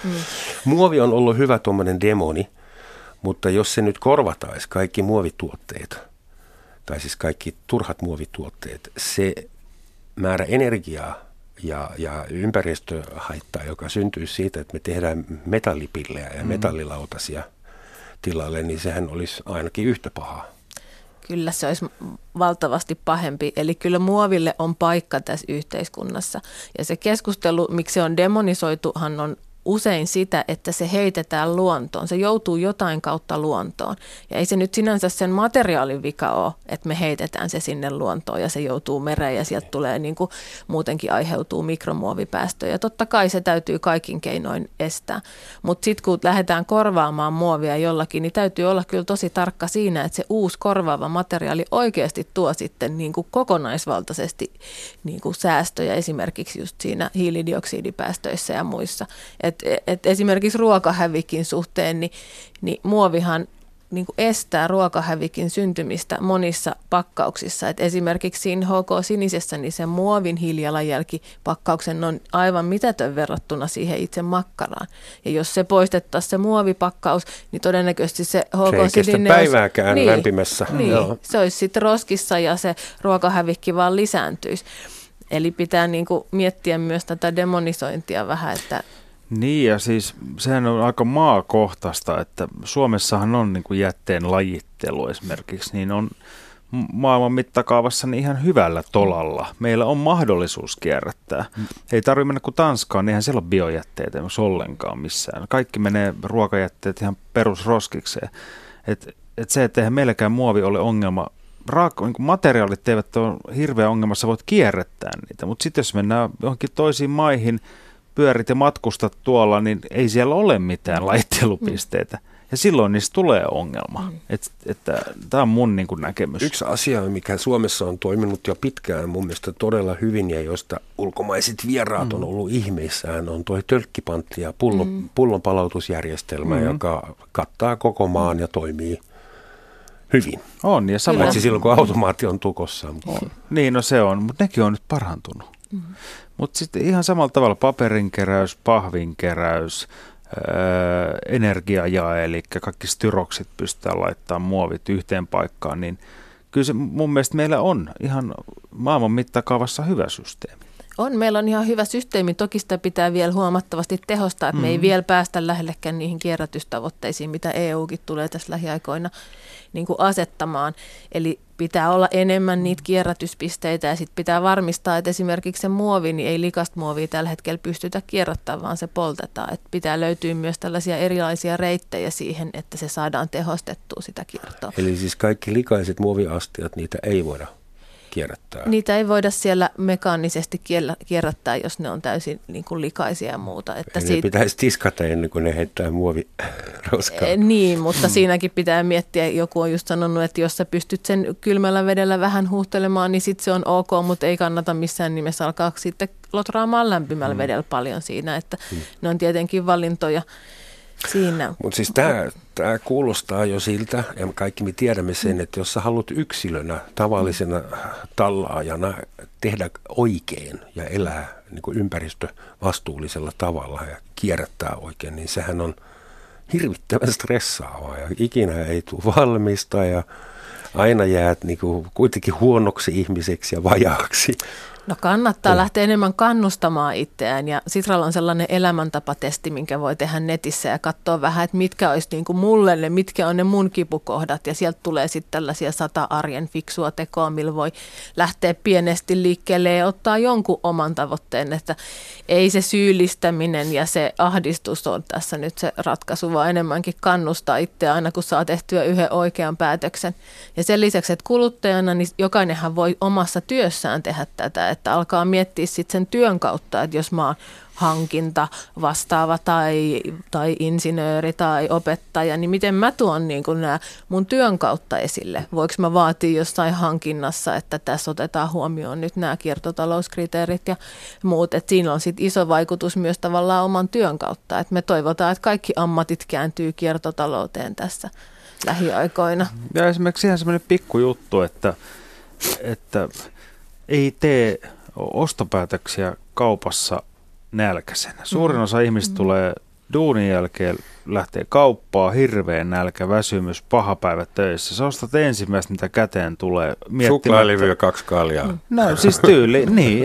S3: Muovi on ollut hyvä tuommoinen demoni, mutta jos se nyt korvataisi kaikki muovituotteet, tai siis kaikki turhat muovituotteet, se määrä energiaa ja ympäristöhaittaa, joka syntyy siitä, että me tehdään metallipillejä ja metallilautasia tilalle, niin sehän olisi ainakin yhtä pahaa.
S5: Kyllä se olisi valtavasti pahempi. Eli kyllä muoville on paikka tässä yhteiskunnassa. Ja se keskustelu, miksi se on demonisoituhan, on usein sitä, että se heitetään luontoon. Se joutuu jotain kautta luontoon. Ja ei se nyt sinänsä sen materiaalin vika ole, että me heitetään se sinne luontoon ja se joutuu mereen ja sieltä tulee niin kuin muutenkin aiheutuu mikromuovipäästöjä. Totta kai se täytyy kaikin keinoin estää. Mutta sitten kun lähdetään korvaamaan muovia jollakin, niin täytyy olla kyllä tosi tarkka siinä, että se uusi korvaava materiaali oikeasti tuo sitten niin kuin kokonaisvaltaisesti niin kuin säästöjä esimerkiksi just siinä hiilidioksidipäästöissä ja muissa. Et esimerkiksi ruokahävikin suhteen, niin muovihan niin kuin estää ruokahävikin syntymistä monissa pakkauksissa. Et esimerkiksi siinä HK-sinisessä niin se muovin hiilijalanjälkipakkauksen on aivan mitätön verrattuna siihen itse makkaraan. Ja jos se poistettaisiin se muovipakkaus, niin todennäköisesti se HK-sininen...
S3: Se ei kestä päivääkään lämpimässä.
S5: Niin, se olisi sitten roskissa ja se ruokahävikki vaan lisääntyisi. Eli pitää niin kuin miettiä myös tätä demonisointia vähän, että...
S4: Niin ja siis sehän on aika maakohtaista, että Suomessahan on niin kuin jätteen lajittelu esimerkiksi, niin on maailman mittakaavassa niin ihan hyvällä tolalla. Meillä on mahdollisuus kierrättää. Ei tarvitse mennä kuin Tanskaan, niin eihän siellä ole biojätteitä ollenkaan missään. Kaikki menee ruokajätteet ihan perusroskikseen. Et se, että eihän meilläkään muovi ole ongelma. Niin materiaalit eivät ole hirveä ongelma, sä voit kierrättää niitä, mutta sitten jos mennään johonkin toisiin maihin, pyörit ja matkustat tuolla, niin ei siellä ole mitään laittelupisteitä. Ja silloin niistä tulee ongelma. Tämä on mun niin kuin näkemys.
S3: Yksi asia, mikä Suomessa on toiminut jo pitkään mun mielestä todella hyvin ja josta ulkomaiset vieraat on ollut ihmeissään, on tuo tölkkipantti ja pullon palautusjärjestelmä, joka kattaa koko maan ja toimii hyvin.
S4: On, ja sama.
S3: Paitsi silloin, kun automaatti on tukossa.
S4: Niin, no se on, mutta nekin on nyt parantunut. Mutta sitten ihan samalla tavalla paperinkeräys, pahvinkeräys, energiajae, eli kaikki styroksit pystytään laittamaan muovit yhteen paikkaan, niin kyllä se mun mielestä meillä on ihan maailman mittakaavassa hyvä systeemi.
S5: Meillä on ihan hyvä systeemi. Toki sitä pitää vielä huomattavasti tehostaa, että me ei vielä päästä lähellekään niihin kierrätystavoitteisiin, mitä EUkin tulee tässä lähiaikoina niin kuin asettamaan. Eli pitää olla enemmän niitä kierrätyspisteitä ja sitten pitää varmistaa, että esimerkiksi se muovi, niin ei likasta muovia tällä hetkellä pystytä kierrättämään, vaan se poltetaan. Että pitää löytyä myös tällaisia erilaisia reittejä siihen, että se saadaan tehostettua sitä kiertoa.
S3: Eli siis kaikki likaiset muoviastiat, niitä ei voida kierrättää.
S5: Niitä ei voida siellä mekaanisesti kierrättää, jos ne on täysin niin kuin likaisia ja muuta. Että
S3: ne pitäisi tiskata ennen kuin ne heittää muoviroskaan.
S5: Niin, mutta siinäkin pitää miettiä, joku on just sanonut, että jos sä pystyt sen kylmällä vedellä vähän huuhtelemaan, niin sitten se on ok, mutta ei kannata missään nimessä alkaa sitten lotraamaan lämpimällä vedellä paljon siinä, että ne on tietenkin valintoja siinä.
S3: Mutta siis tämä kuulostaa jo siltä, ja kaikki me tiedämme sen, että jos sä haluat yksilönä, tavallisena tallaajana tehdä oikein ja elää niin kuin ympäristövastuullisella tavalla ja kierrättää oikein, niin sehän on hirvittävän stressaavaa ja ikinä ei tule valmista ja aina jäät niin kuin kuitenkin huonoksi ihmiseksi ja vajaaksi.
S5: No kannattaa lähteä enemmän kannustamaan itseään ja Sitralla on sellainen elämäntapatesti, minkä voi tehdä netissä ja katsoa vähän, että mitkä olisi niin kuin mulle ne, mitkä on ne mun kipukohdat ja sieltä tulee sitten tällaisia 100 arjen fiksua tekoa, millä voi lähteä pienesti liikkeelle ja ottaa jonkun oman tavoitteen, että ei se syyllistäminen ja se ahdistus on tässä nyt se ratkaisu, vaan enemmänkin kannustaa itseä aina kun saa tehtyä yhden oikean päätöksen. Ja sen lisäksi, että kuluttajana niin jokainenhan voi omassa työssään tehdä tätä, että alkaa miettiä sitten sen työn kautta, että jos mä oon hankinta vastaava tai insinööri tai opettaja, niin miten mä tuon niin kuin nämä mun työn kautta esille? Voinko mä vaatia jossain hankinnassa, että tässä otetaan huomioon nyt nämä kiertotalouskriteerit ja muut, että siinä on sitten iso vaikutus myös tavallaan oman työn kautta, että me toivotaan, että kaikki ammatit kääntyy kiertotalouteen tässä lähiaikoina.
S4: Ja esimerkiksi ihan semmoinen pikkujuttu, että ei tee ostopäätöksiä kaupassa nälkäisenä. Suurin osa ihmistä tulee duunin jälkeen, lähtee kauppaan, hirveän nälkä, väsymys, paha päivä töissä. Sä ostat ensimmäistä, mitä käteen tulee.
S3: Suklaalevyä 2 kaljaa.
S4: No siis tyyli, niin.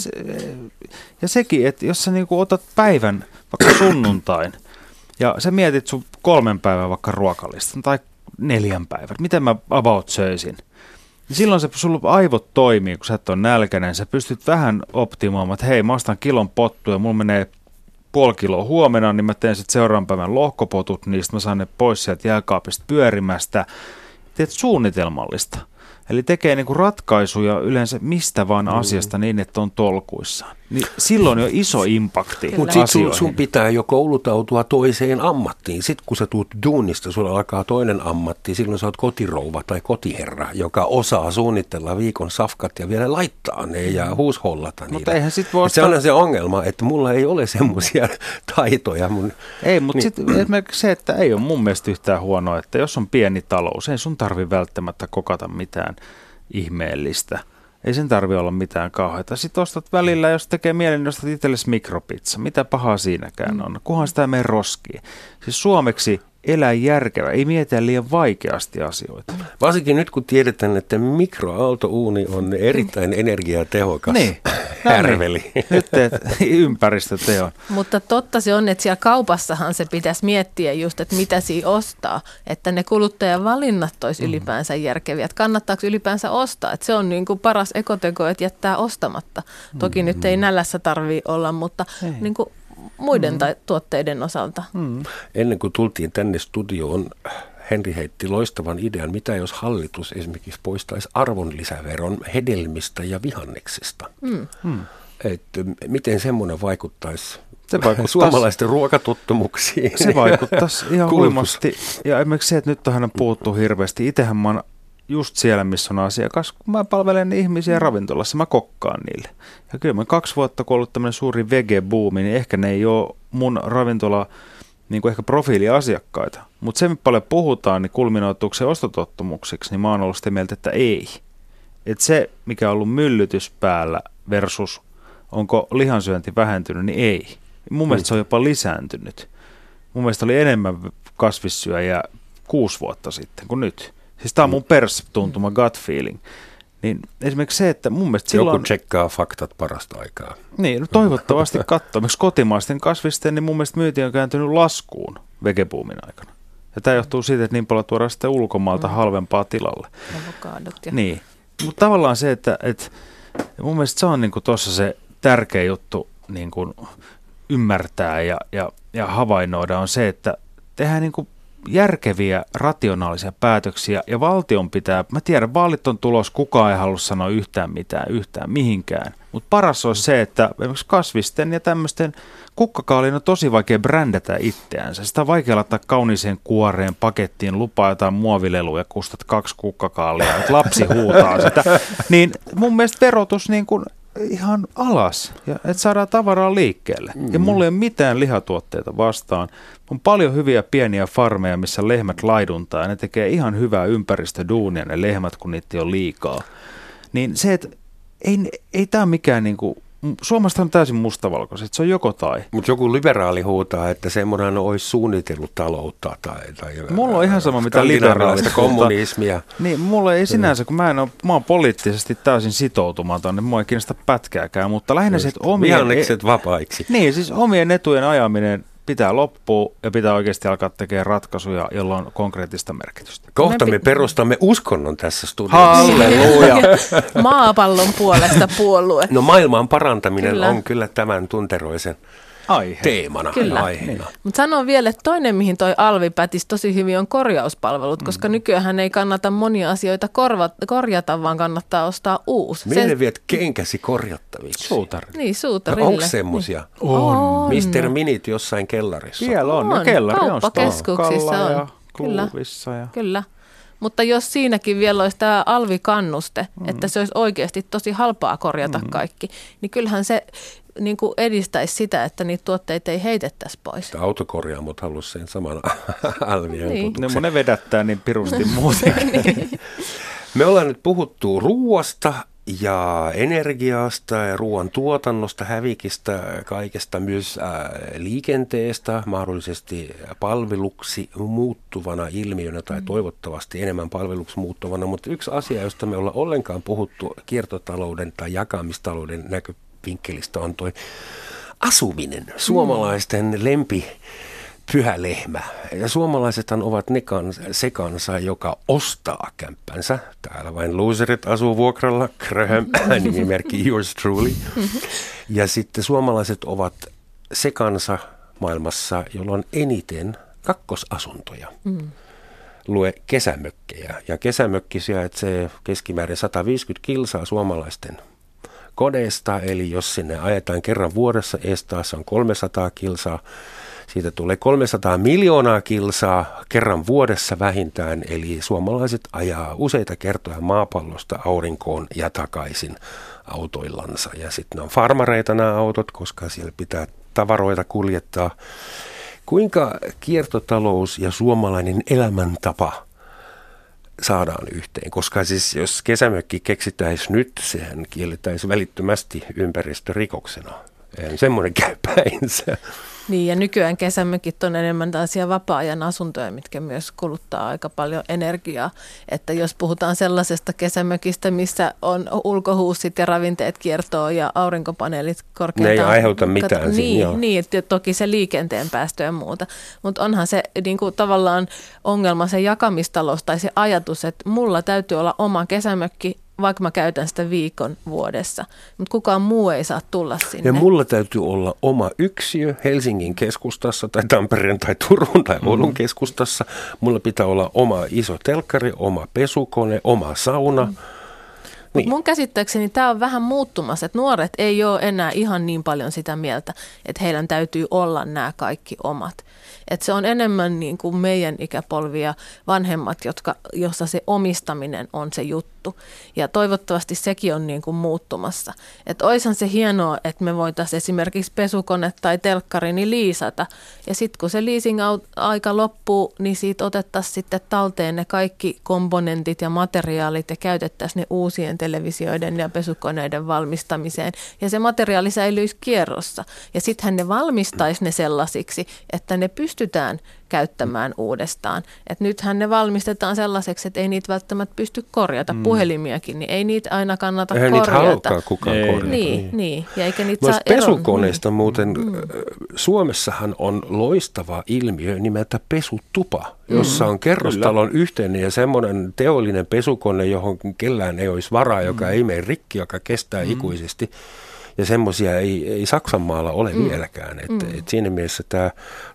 S4: Ja sekin, että jos sä niinku otat päivän, vaikka sunnuntain, ja sä mietit sun 3 päivän vaikka ruokalista tai 4 päivän, miten mä about söisin. Silloin se sulla aivot toimii, kun sä et ole nälkäinen. Sä pystyt vähän optimoimaan, että hei, mä ostan kilon pottua ja mulla menee 0,5 kiloa huomenna, niin mä teen sitten seuraavan päivän lohkopotut, niistä mä saan ne pois sieltä jääkaapista pyörimästä. Teet suunnitelmallista. Eli tekee niinku ratkaisuja yleensä mistä vaan asiasta niin, että on tolkuissaan. Niin silloin on jo iso impakti.
S3: Mutta sitten sun pitää jo koulutautua toiseen ammattiin. Sitten kun sä tuut duunista, sulla alkaa toinen ammatti. Silloin sä oot kotirouva tai kotiherra, joka osaa suunnitella viikon safkat ja vielä laittaa ne ja huushollata niitä.
S4: Mutta eihän sit voi
S3: se on se ongelma, että mulla ei ole semmoisia taitoja.
S4: Ei, mutta sitten esimerkiksi se, että ei ole mun mielestä yhtään huonoa, että jos on pieni talous, ei sun tarvi välttämättä kokata mitään ihmeellistä. Ei sen tarvitse olla mitään kauheata. Sitten ostat välillä, jos tekee mieli, niin ostat itsellesi mikropizza. Mitä pahaa siinäkään on? Kunhan sitä menee roskiin. Siis suomeksi elää järkevä. Ei mietitä liian vaikeasti asioita.
S3: Varsinkin nyt, kun tiedetään, että mikroaaltouuni on erittäin energiatehokas härveli.
S4: Nyt teet ympäristöteon.
S5: Mutta totta se on, että siellä kaupassahan se pitäisi miettiä just, että mitä siinä ostaa. Että ne kuluttajan valinnat olisi ylipäänsä järkeviä. Että kannattaako ylipäänsä ostaa. Että se on niin kuin paras ekoteko, että jättää ostamatta. Toki nyt ei nälässä tarvitse olla, mutta niin kuin muiden tuotteiden osalta.
S3: Ennen kuin tultiin tänne studioon, Henri heitti loistavan idean, mitä jos hallitus esimerkiksi poistaisi arvonlisäveron hedelmistä ja vihanneksista. Että miten semmoinen vaikuttaisi suomalaisten ruokatottumuksiin?
S4: Se vaikuttaisi ihan huimasti. Ja esimerkiksi se, että nyt on puhuttu hirveästi. Itsehän mä oon just siellä, missä on asiakas. Kun mä palvelen ihmisiä ravintolassa, mä kokkaan niille. Ja kyllä mä 2 vuotta, kun on ollut tämmöinen suuri vege-buumi, niin ehkä ne ei ole mun ravintola niin kuin ehkä profiiliasiakkaita. Mutta se, mitä paljon puhutaan, niin kulminoituuko se ostotottumuksiksi, niin mä oon ollut sitä mieltä, että ei. Että se, mikä on ollut myllytys päällä versus onko lihansyönti vähentynyt, niin ei. Mun mielestä se on jopa lisääntynyt. Mun mielestä oli enemmän kasvissyöjä 6 vuotta sitten kuin nyt. Siis tää on mun perstuntuma gut feeling. Niin esimerkiksi se, että mun mielestä silloin...
S3: Joku tsekkaa faktat parasta aikaa.
S4: Niin, no toivottavasti katsoo. Esimerkiksi kotimaisten kasvisten, niin mun mielestä myynti on kääntynyt laskuun vegebuumin aikana. Ja tämä johtuu siitä, että niin paljon tuodaan sitten ulkomaalta halvempaa tilalle.
S5: Avokadot ja...
S4: Niin, mutta tavallaan se, että mun mielestä se on niinku tuossa se tärkeä juttu niinku ymmärtää ja havainnoida on se, että tehdään niinku järkeviä, rationaalisia päätöksiä ja valtion pitää, mä tiedän, vaalit on tulos, kukaan ei halua sanoa yhtään mitään, yhtään mihinkään, mutta paras olisi se, että esimerkiksi kasvisten ja tämmöisten kukkakaalin on tosi vaikea brändätä itseänsä. Sitä on vaikea laittaa kauniiseen kuoreen, pakettiin, lupaa jotain muovileluja, kustat 2 kukkakaalia, että lapsi huutaa sitä, niin mun mielestä verotus niin kuin ihan alas, ja että saadaan tavaraa liikkeelle. Ja mulla ei ole mitään lihatuotteita vastaan. On paljon hyviä pieniä farmeja, missä lehmät laiduntaa, ja ne tekee ihan hyvää ympäristöduunia, ne lehmät, kun niitä on liikaa. Niin se, että ei tämä ole mikään niinku Suomesta on täysin mustavalkoiset, se on joko tai.
S3: Mutta joku liberaali huutaa, että semmoinen olisi suunnitellut taloutta tai
S4: mulla on ihan sama mitä liberaalista
S3: kommunismia.
S4: Niin, mulla ei sinänsä, kun mä oon poliittisesti täysin sitoutumaton, niin mua ei kiinnosta pätkääkään, mutta lähinnä se, että
S3: vihannekset vapaiksi.
S4: Niin, siis omien etujen ajaminen pitää loppua ja pitää oikeasti alkaa tekemään ratkaisuja, jolla on konkreettista merkitystä.
S3: Kohta me perustamme uskonnon tässä studiossa.
S4: Halleluja!
S5: Maapallon puolesta puolue.
S3: No maailman parantaminen on kyllä tämän tunteroisen teemana. Aiheena.
S5: Niin. Mutta sanon vielä, että toinen, mihin toi Alvi pätisi tosi hyvin, on korjauspalvelut, koska nykyään ei kannata monia asioita korjata, vaan kannattaa ostaa uusi.
S3: Minne viet kenkäsi korjattaviksi?
S5: Suutarille. Niin, suutarille.
S3: No, onko semmosia?
S5: Niin. On.
S3: Mr. Minit jossain kellarissa?
S4: Siellä on. No, kellari on
S5: kauppakeskuksissa on.
S4: Kluuvissa ja...
S5: Kyllä. Mutta jos siinäkin vielä olisi tämä alvikannuste, että se olisi oikeasti tosi halpaa korjata kaikki, niin kyllähän se niin kuin edistäisi sitä, että niitä tuotteita ei heitettäisi pois.
S3: Autokorjaamot halusi sen saman alvihelpotuksen.
S4: Niin. Ne vedättää niin pirusti muutenkin.
S5: Niin.
S3: Me ollaan nyt puhuttu ruuasta ja energiasta ja ruoan tuotannosta, hävikistä, kaikesta myös liikenteestä, mahdollisesti palveluksi muuttuvana ilmiönä tai toivottavasti enemmän palveluksi muuttuvana. Mutta yksi asia, josta me ollaan ollenkaan puhuttu kiertotalouden tai jakamistalouden näkövinkkelistä on toi asuminen, suomalaisten pyhä lehmä. Ja suomalaisethan ovat se kansa, joka ostaa kämppänsä. Täällä vain loserit asuu vuokralla. Graham, nimimerkki yours truly. Ja sitten suomalaiset ovat se kansa maailmassa, jolla on eniten kakkosasuntoja. Lue kesämökkejä. Ja kesämökki sijaitsee keskimäärin 150 kilsaa suomalaisten kodeista. Eli jos sinne ajetaan kerran vuodessa, Eestaassa on 300 kilsaa. Siitä tulee 300 miljoonaa kilsaa kerran vuodessa vähintään, eli suomalaiset ajaa useita kertoja maapallosta aurinkoon ja takaisin autoillansa. Ja sitten ne on farmareita nämä autot, koska siellä pitää tavaroita kuljettaa. Kuinka kiertotalous ja suomalainen elämäntapa saadaan yhteen? Koska siis jos kesämökki keksitäisi nyt, sehän kielletäisi välittömästi ympäristörikoksena. Eihän semmoinen käy päinsä.
S5: Niin, ja nykyään kesämökit on enemmän tällaisia vapaa-ajan asuntoja, mitkä myös kuluttaa aika paljon energiaa. Että jos puhutaan sellaisesta kesämökistä, missä on ulkohuussit ja ravinteet kiertoo ja aurinkopaneelit korkeintaan.
S3: Ne ei aiheuta mitään.
S5: Niin, toki se liikenteen päästö ja muuta. Mutta onhan se niin kuin tavallaan ongelma se jakamistalous tai se ajatus, että mulla täytyy olla oma kesämökki, vaikka mä käytän sitä viikon vuodessa, mutta kukaan muu ei saa tulla sinne.
S3: Ja mulla täytyy olla oma yksiö Helsingin keskustassa tai Tampereen tai Turun tai Oulun keskustassa. Mulla pitää olla oma iso telkkari, oma pesukone, oma sauna.
S5: Niin. Mun käsittääkseni tämä on vähän muuttumassa, että nuoret ei ole enää ihan niin paljon sitä mieltä, että heidän täytyy olla nämä kaikki omat. Että se on enemmän niin kuin meidän ikäpolvia vanhemmat, jossa se omistaminen on se juttu. Ja toivottavasti sekin on niin kuin muuttumassa. Että oishan se hienoa, että me voitaisiin esimerkiksi pesukone tai telkkari niin liisata. Ja sitten kun se leasing-aika loppuu, niin siitä otettaisiin sitten talteen ne kaikki komponentit ja materiaalit ja käytettäisiin ne uusien televisioiden ja pesukoneiden valmistamiseen. Ja se materiaali säilyisi kierrossa. Ja sittenhän ne valmistaisi ne sellaisiksi, että ne pystytään käyttämään uudestaan. Et nythän ne valmistetaan sellaiseksi, että ei niitä välttämättä pysty korjata. Puhelimiakin, niin ei niitä aina kannata korjata.
S3: Eihän niitä halukaan kukaan korjata.
S5: Niin. Ja eikä niitä
S3: saa pesukoneista muuten, Suomessahan on loistava ilmiö nimeltä pesutupa, jossa on kerrostalon yhteinen ja semmoinen teollinen pesukone, johon kellään ei olisi varaa, joka ei mene rikki, joka kestää ikuisesti. Ja semmoisia ei Saksanmaalla ole vieläkään. Et siinä mielessä tämä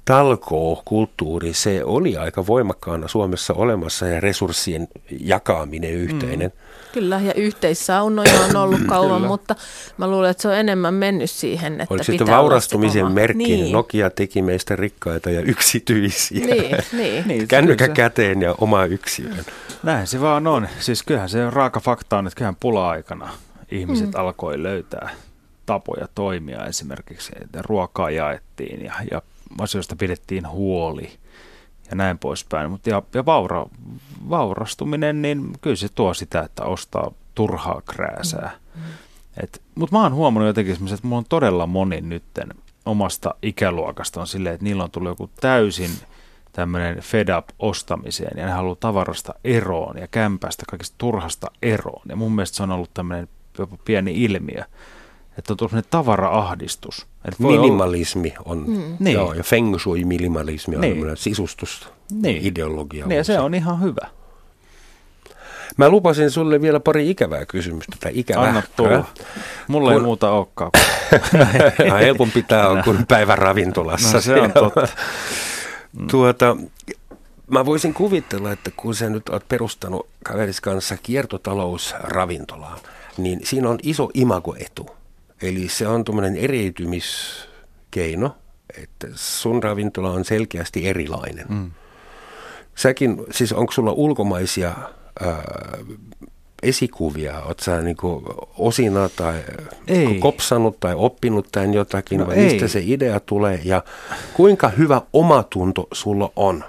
S3: talkookulttuuri, se oli aika voimakkaana Suomessa olemassa ja resurssien jakaminen yhteinen.
S5: Kyllä, ja yhteissaunoja on ollut kauan, mutta mä luulen, että se on enemmän mennyt siihen, että
S3: oli sitten vaurastumisen merkki, niin. Nokia teki meistä rikkaita ja yksityisiä.
S5: Niin.
S3: Kännykkä käteen ja oma yksiön.
S4: Näin se vaan on. Siis kyllähän se raaka fakta on, että kyllähän pula-aikana ihmiset alkoi löytää tapoja toimia esimerkiksi, että ruokaa jaettiin ja asioista pidettiin huoli ja näin poispäin. Ja vaurastuminen, niin kyllä se tuo sitä, että ostaa turhaa krääsää. Mutta mä oon huomannut jotenkin semmoisen, että mulla on todella moni nytten omasta ikäluokasta on silleen, että niillä on tullut joku täysin tämmöinen fed up ostamiseen ja ne haluaa tavarasta eroon ja kämpästä kaikista turhasta eroon. Ja mun mielestä se on ollut tämmöinen jopa pieni ilmiö, että on tullut semmoinen tavara-ahdistus.
S3: Minimalismi on,
S4: Niin.
S3: joo, ja feng shui-minimalismi on
S4: Niin.
S3: sisustusideologia.
S4: Niin, ja se on ihan hyvä.
S3: Mä lupasin sulle vielä pari ikävää kysymystä, tai ikävää.
S4: Anna tulla. Mulla ei muuta olekaan.
S3: Helpompi tämä on kuin päivän ravintolassa.
S4: No, se on totta.
S3: Mä voisin kuvitella, että kun sä nyt oot perustanut kaveris kanssa kiertotalousravintolaan, niin siinä on iso imagoetu. Eli se on tuommoinen eriytymiskeino, että sun ravintola on selkeästi erilainen. Säkin, siis onko sulla ulkomaisia esikuvia? Oot sä niinku osina tai kopsannut tai oppinut tämän jotakin, vai mistä se idea tulee? Ja kuinka hyvä omatunto sulla on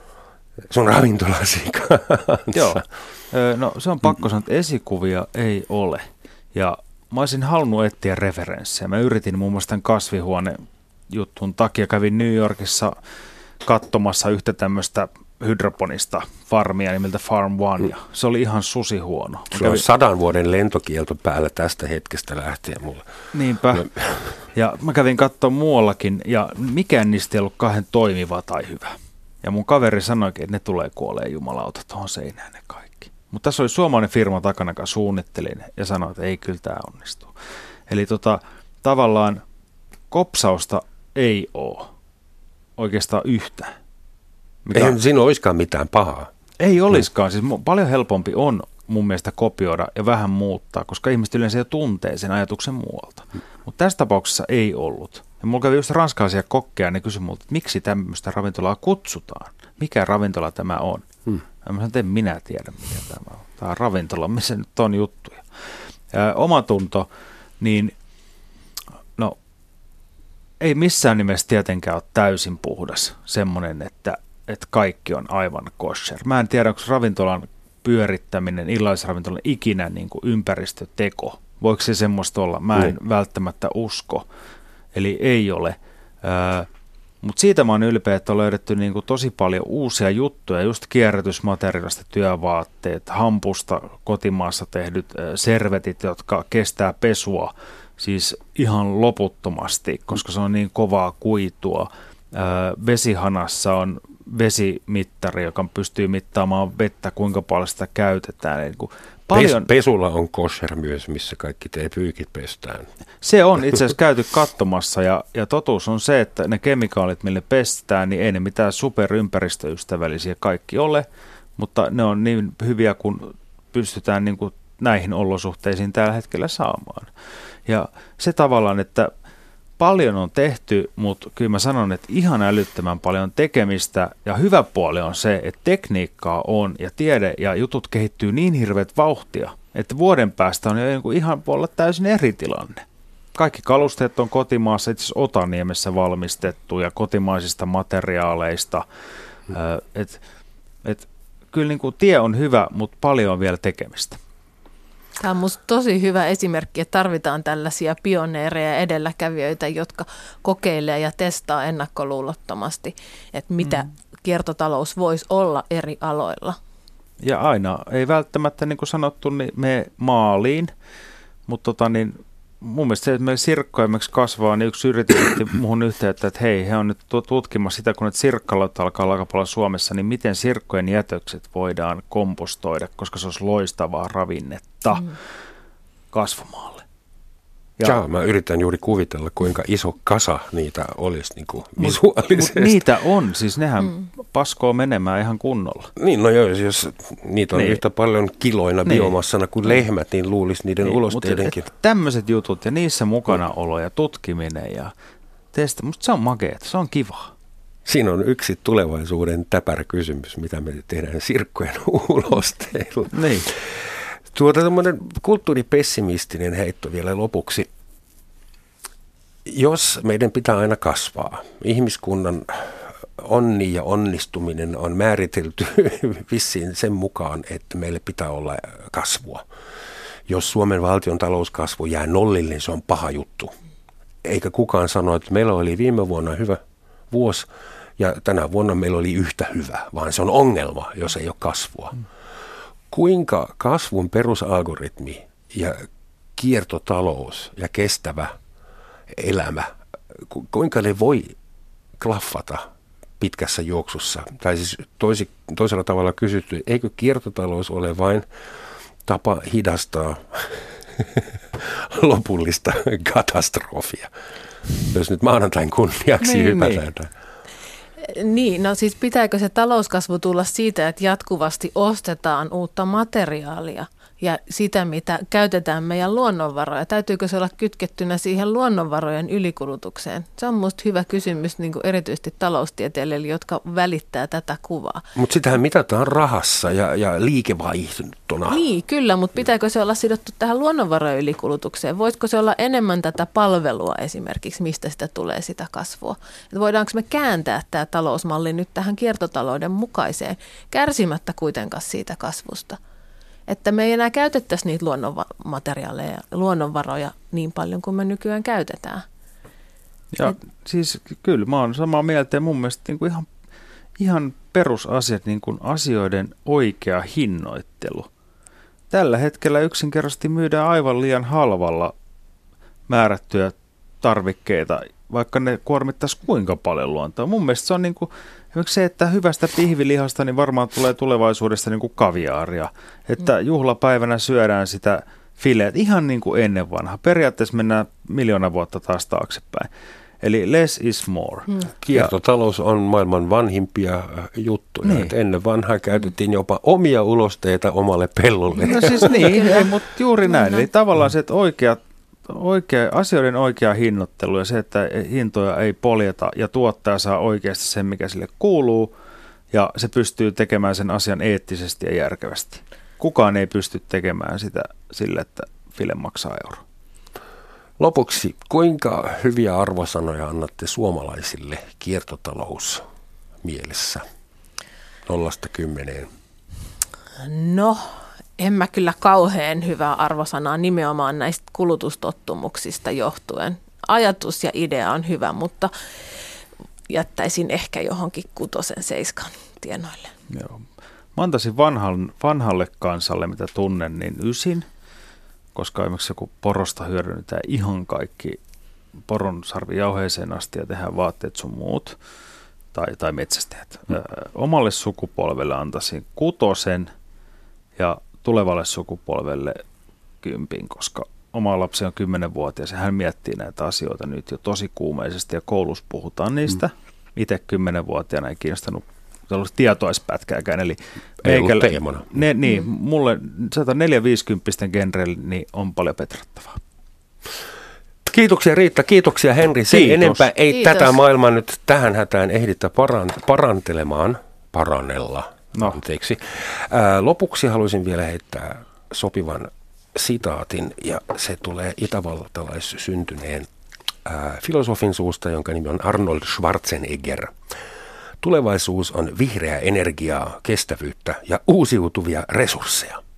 S3: sun ravintolasi kanssa?
S4: Joo, no se on pakko sanoa, että esikuvia ei ole. Ja mä olisin halunnut etsiä referenssejä. Mä yritin muun muassa tämän kasvihuonejutun takia. Kävin New Yorkissa katsomassa yhtä tämmöistä hydroponista farmia nimeltä Farm One, ja se oli ihan susihuono.
S3: Sulla on 100 vuoden lentokielto päällä tästä hetkestä lähtien mulla.
S4: Niinpä. Ja mä kävin katsomaan muuallakin, ja mikään niistä ei ollut kahden toimiva tai hyvä. Ja mun kaveri sanoikin, että ne tulee kuoleen jumalauta tuohon seinään ne kaikki. Mutta tässä oli suomalainen firma takana, joka suunnittelin ja sanoi, että ei kyllä tämä onnistu. Eli tavallaan kopsausta ei ole oikeastaan yhtään.
S3: Eihän siinä olisikaan mitään pahaa.
S4: Ei olisikaan. Siis paljon helpompi on mun mielestä kopioida ja vähän muuttaa, koska ihmiset yleensä jo tuntee sen ajatuksen muualta. Mutta tässä tapauksessa ei ollut. Ja mulla kävi just ranskalaisia kokkeja, ne kysyi multa, että miksi tämmöistä ravintolaa kutsutaan? Mikä ravintola tämä on? Mä sanoin, että en minä tiedä, mikä tämä on. Tämä on ravintola, missä nyt on juttuja. Omatunto, niin no ei missään nimessä tietenkään ole täysin puhdas semmoinen, että kaikki on aivan kosher. Mä en tiedä, onko ravintolan pyörittäminen, illallisravintolan ikinä niin kuin ympäristöteko. Voiko se semmoista olla? Mä en välttämättä usko. Eli ei ole. Mutta siitä mä oon ylpeä, että on löydetty niin kuin tosi paljon uusia juttuja, just kierrätysmateriaalista työvaatteet, hampusta kotimaassa tehdyt servetit, jotka kestää pesua siis ihan loputtomasti, koska se on niin kovaa kuitua. Vesihanassa on vesimittari, joka pystyy mittaamaan vettä, kuinka paljon sitä käytetään. Eli
S3: Pesulla on kosher myös, missä kaikki pyykit pestään.
S4: Se on itse asiassa käyty katsomassa ja totuus on se, että ne kemikaalit, millä pestään, niin ei ne mitään superympäristöystävällisiä kaikki ole, mutta ne on niin hyviä, kun pystytään niin kuin näihin olosuhteisiin tällä hetkellä saamaan. Ja se tavallaan, että paljon on tehty, mutta kyllä mä sanon, että ihan älyttömän paljon tekemistä ja hyvä puoli on se, että tekniikkaa on ja tiede ja jutut kehittyy niin hirveät vauhtia, että vuoden päästä on jo ihan voi olla täysin eri tilanne. Kaikki kalusteet on kotimaassa, itse asiassa Otaniemessä valmistettu ja kotimaisista materiaaleista. Kyllä niin kuin tie on hyvä, mutta paljon on vielä tekemistä.
S5: Tämä on minusta tosi hyvä esimerkki, että tarvitaan tällaisia pioneereja ja edelläkävijöitä, jotka kokeilee ja testaa ennakkoluulottomasti, että mitä kiertotalous voisi olla eri aloilla.
S4: Ja aina ei välttämättä, niin kuin sanottu, niin me maaliin, mutta mun mielestä se, että meillä sirkkoimeksi kasvaa, niin yksi yritys otti muhun yhteyttä, että hei, he on nyt tutkimassa sitä, kun nyt sirkkalot alkaa aika paljon Suomessa, niin miten sirkkojen jätökset voidaan kompostoida, koska se olisi loistavaa ravinnetta kasvumaalle.
S3: Ja mä yritän juuri kuvitella, kuinka iso kasa niitä olisi niin kuin visuaalisesti.
S4: Niitä on, siis nehän paskoo menemään ihan kunnolla.
S3: Niin, no joo, jos niitä on yhtä paljon kiloina biomassana kuin lehmät, niin luulisi niiden ulosteidenkin.
S4: Tämmöiset jutut ja niissä mukanaolo ja tutkiminen ja testa, musta se on makeeta, se on kivaa.
S3: Siinä on yksi tulevaisuuden täpärä kysymys, mitä me tehdään sirkkojen ulosteilla.
S4: Niin.
S3: Tämmöinen kulttuuripessimistinen heitto vielä lopuksi. Jos meidän pitää aina kasvaa, ihmiskunnan onni ja onnistuminen on määritelty vissiin sen mukaan, että meille pitää olla kasvua. jos Suomen valtion talouskasvu jää nollille, niin se on paha juttu. Eikä kukaan sano, että meillä oli viime vuonna hyvä vuosi ja tänä vuonna meillä oli yhtä hyvä, vaan se on ongelma, jos ei ole kasvua. Kuinka kasvun perusalgoritmi ja kiertotalous ja kestävä elämä, kuinka ne voi klaffata pitkässä juoksussa? Tai siis toisella tavalla kysytty, eikö kiertotalous ole vain tapa hidastaa lopullista katastrofia, jos nyt maanantain kunniaksi hypätään.
S5: Niin, no siis pitääkö se talouskasvu tulla siitä, että jatkuvasti ostetaan uutta materiaalia ja sitä, mitä käytetään meidän luonnonvaroja? Täytyykö se olla kytkettynä siihen luonnonvarojen ylikulutukseen? Se on musta hyvä kysymys niin kuin erityisesti taloustieteilijöille, jotka välittää tätä kuvaa.
S3: Mutta sitähän mitataan rahassa ja liikevaihtona.
S5: Niin, kyllä, mutta pitääkö se olla sidottu tähän luonnonvarojen ylikulutukseen? Voisiko se olla enemmän tätä palvelua esimerkiksi, mistä sitä tulee sitä kasvua? Että voidaanko me kääntää tämä talousmalli nyt tähän kiertotalouden mukaiseen, kärsimättä kuitenkaan siitä kasvusta? Että me ei enää käytettäisi niitä luonnonmateriaaleja ja luonnonvaroja niin paljon kuin me nykyään käytetään.
S4: Ja siis kyllä mä oon samaa mieltä ja mun mielestä niin kuin ihan perusasiat, niin kuin asioiden oikea hinnoittelu. Tällä hetkellä yksinkertaisesti myydään aivan liian halvalla määrättyjä tarvikkeita, vaikka ne kuormittaisi kuinka paljon luontoa. Mun mielestä se on niin kuin esimerkiksi se, että hyvästä pihvilihasta niin varmaan tulee tulevaisuudessa niin kuin kaviaaria. Että juhlapäivänä syödään sitä fileet ihan niin kuin ennen vanha. Periaatteessa mennään 1 000 000 vuotta taas taaksepäin. Eli less is more.
S3: Kiertotalous on maailman vanhimpia juttuja.
S4: Niin.
S3: Ennen vanhaa käytettiin jopa omia ulosteita omalle pellolle.
S4: No siis niin, mutta juuri näin. Eli tavallaan se, että asioiden oikea hinnoittelu ja se, että hintoja ei poljeta ja tuottaja saa oikeasti sen, mikä sille kuuluu ja se pystyy tekemään sen asian eettisesti ja järkevästi. Kukaan ei pysty tekemään sitä sille, että file maksaa euro.
S3: Lopuksi, kuinka hyviä arvosanoja annatte suomalaisille kiertotalousmielessä 0–10?
S5: No, en mä kyllä kauhean hyvää arvosanaa nimenomaan näistä kulutustottumuksista johtuen. Ajatus ja idea on hyvä, mutta jättäisin ehkä johonkin 6–7 tienoille.
S4: Joo. Mä antaisin vanhalle kansalle, mitä tunnen, niin 9, koska esimerkiksi joku porosta hyödynnetään ihan kaikki poronsarvijauheeseen asti ja tehdään vaatteet sun muut tai metsästäjät. Omalle sukupolvelle antaisin 6 ja tulevalle sukupolvelle 10, koska oma lapsi on 10-vuotias ja hän miettii näitä asioita nyt jo tosi kuumeisesti ja koulussa puhutaan niistä. Itse 10-vuotiaana ei kiinnostanut tietoispätkääkään, eli
S3: ei ollut teemana.
S4: Mulle 150 genreillä niin on paljon petrattavaa.
S3: Kiitoksia Riitta, kiitoksia Henri. Sen enempää ei
S5: Kiitos.
S3: Tätä maailmaa nyt tähän hätään ehditä parannella.
S4: No.
S3: Anteeksi. Lopuksi haluaisin vielä heittää sopivan sitaatin, ja se tulee itävaltalaissyntyneen filosofin suusta, jonka nimi on Arnold Schwarzenegger. Tulevaisuus on vihreää energiaa, kestävyyttä ja uusiutuvia resursseja.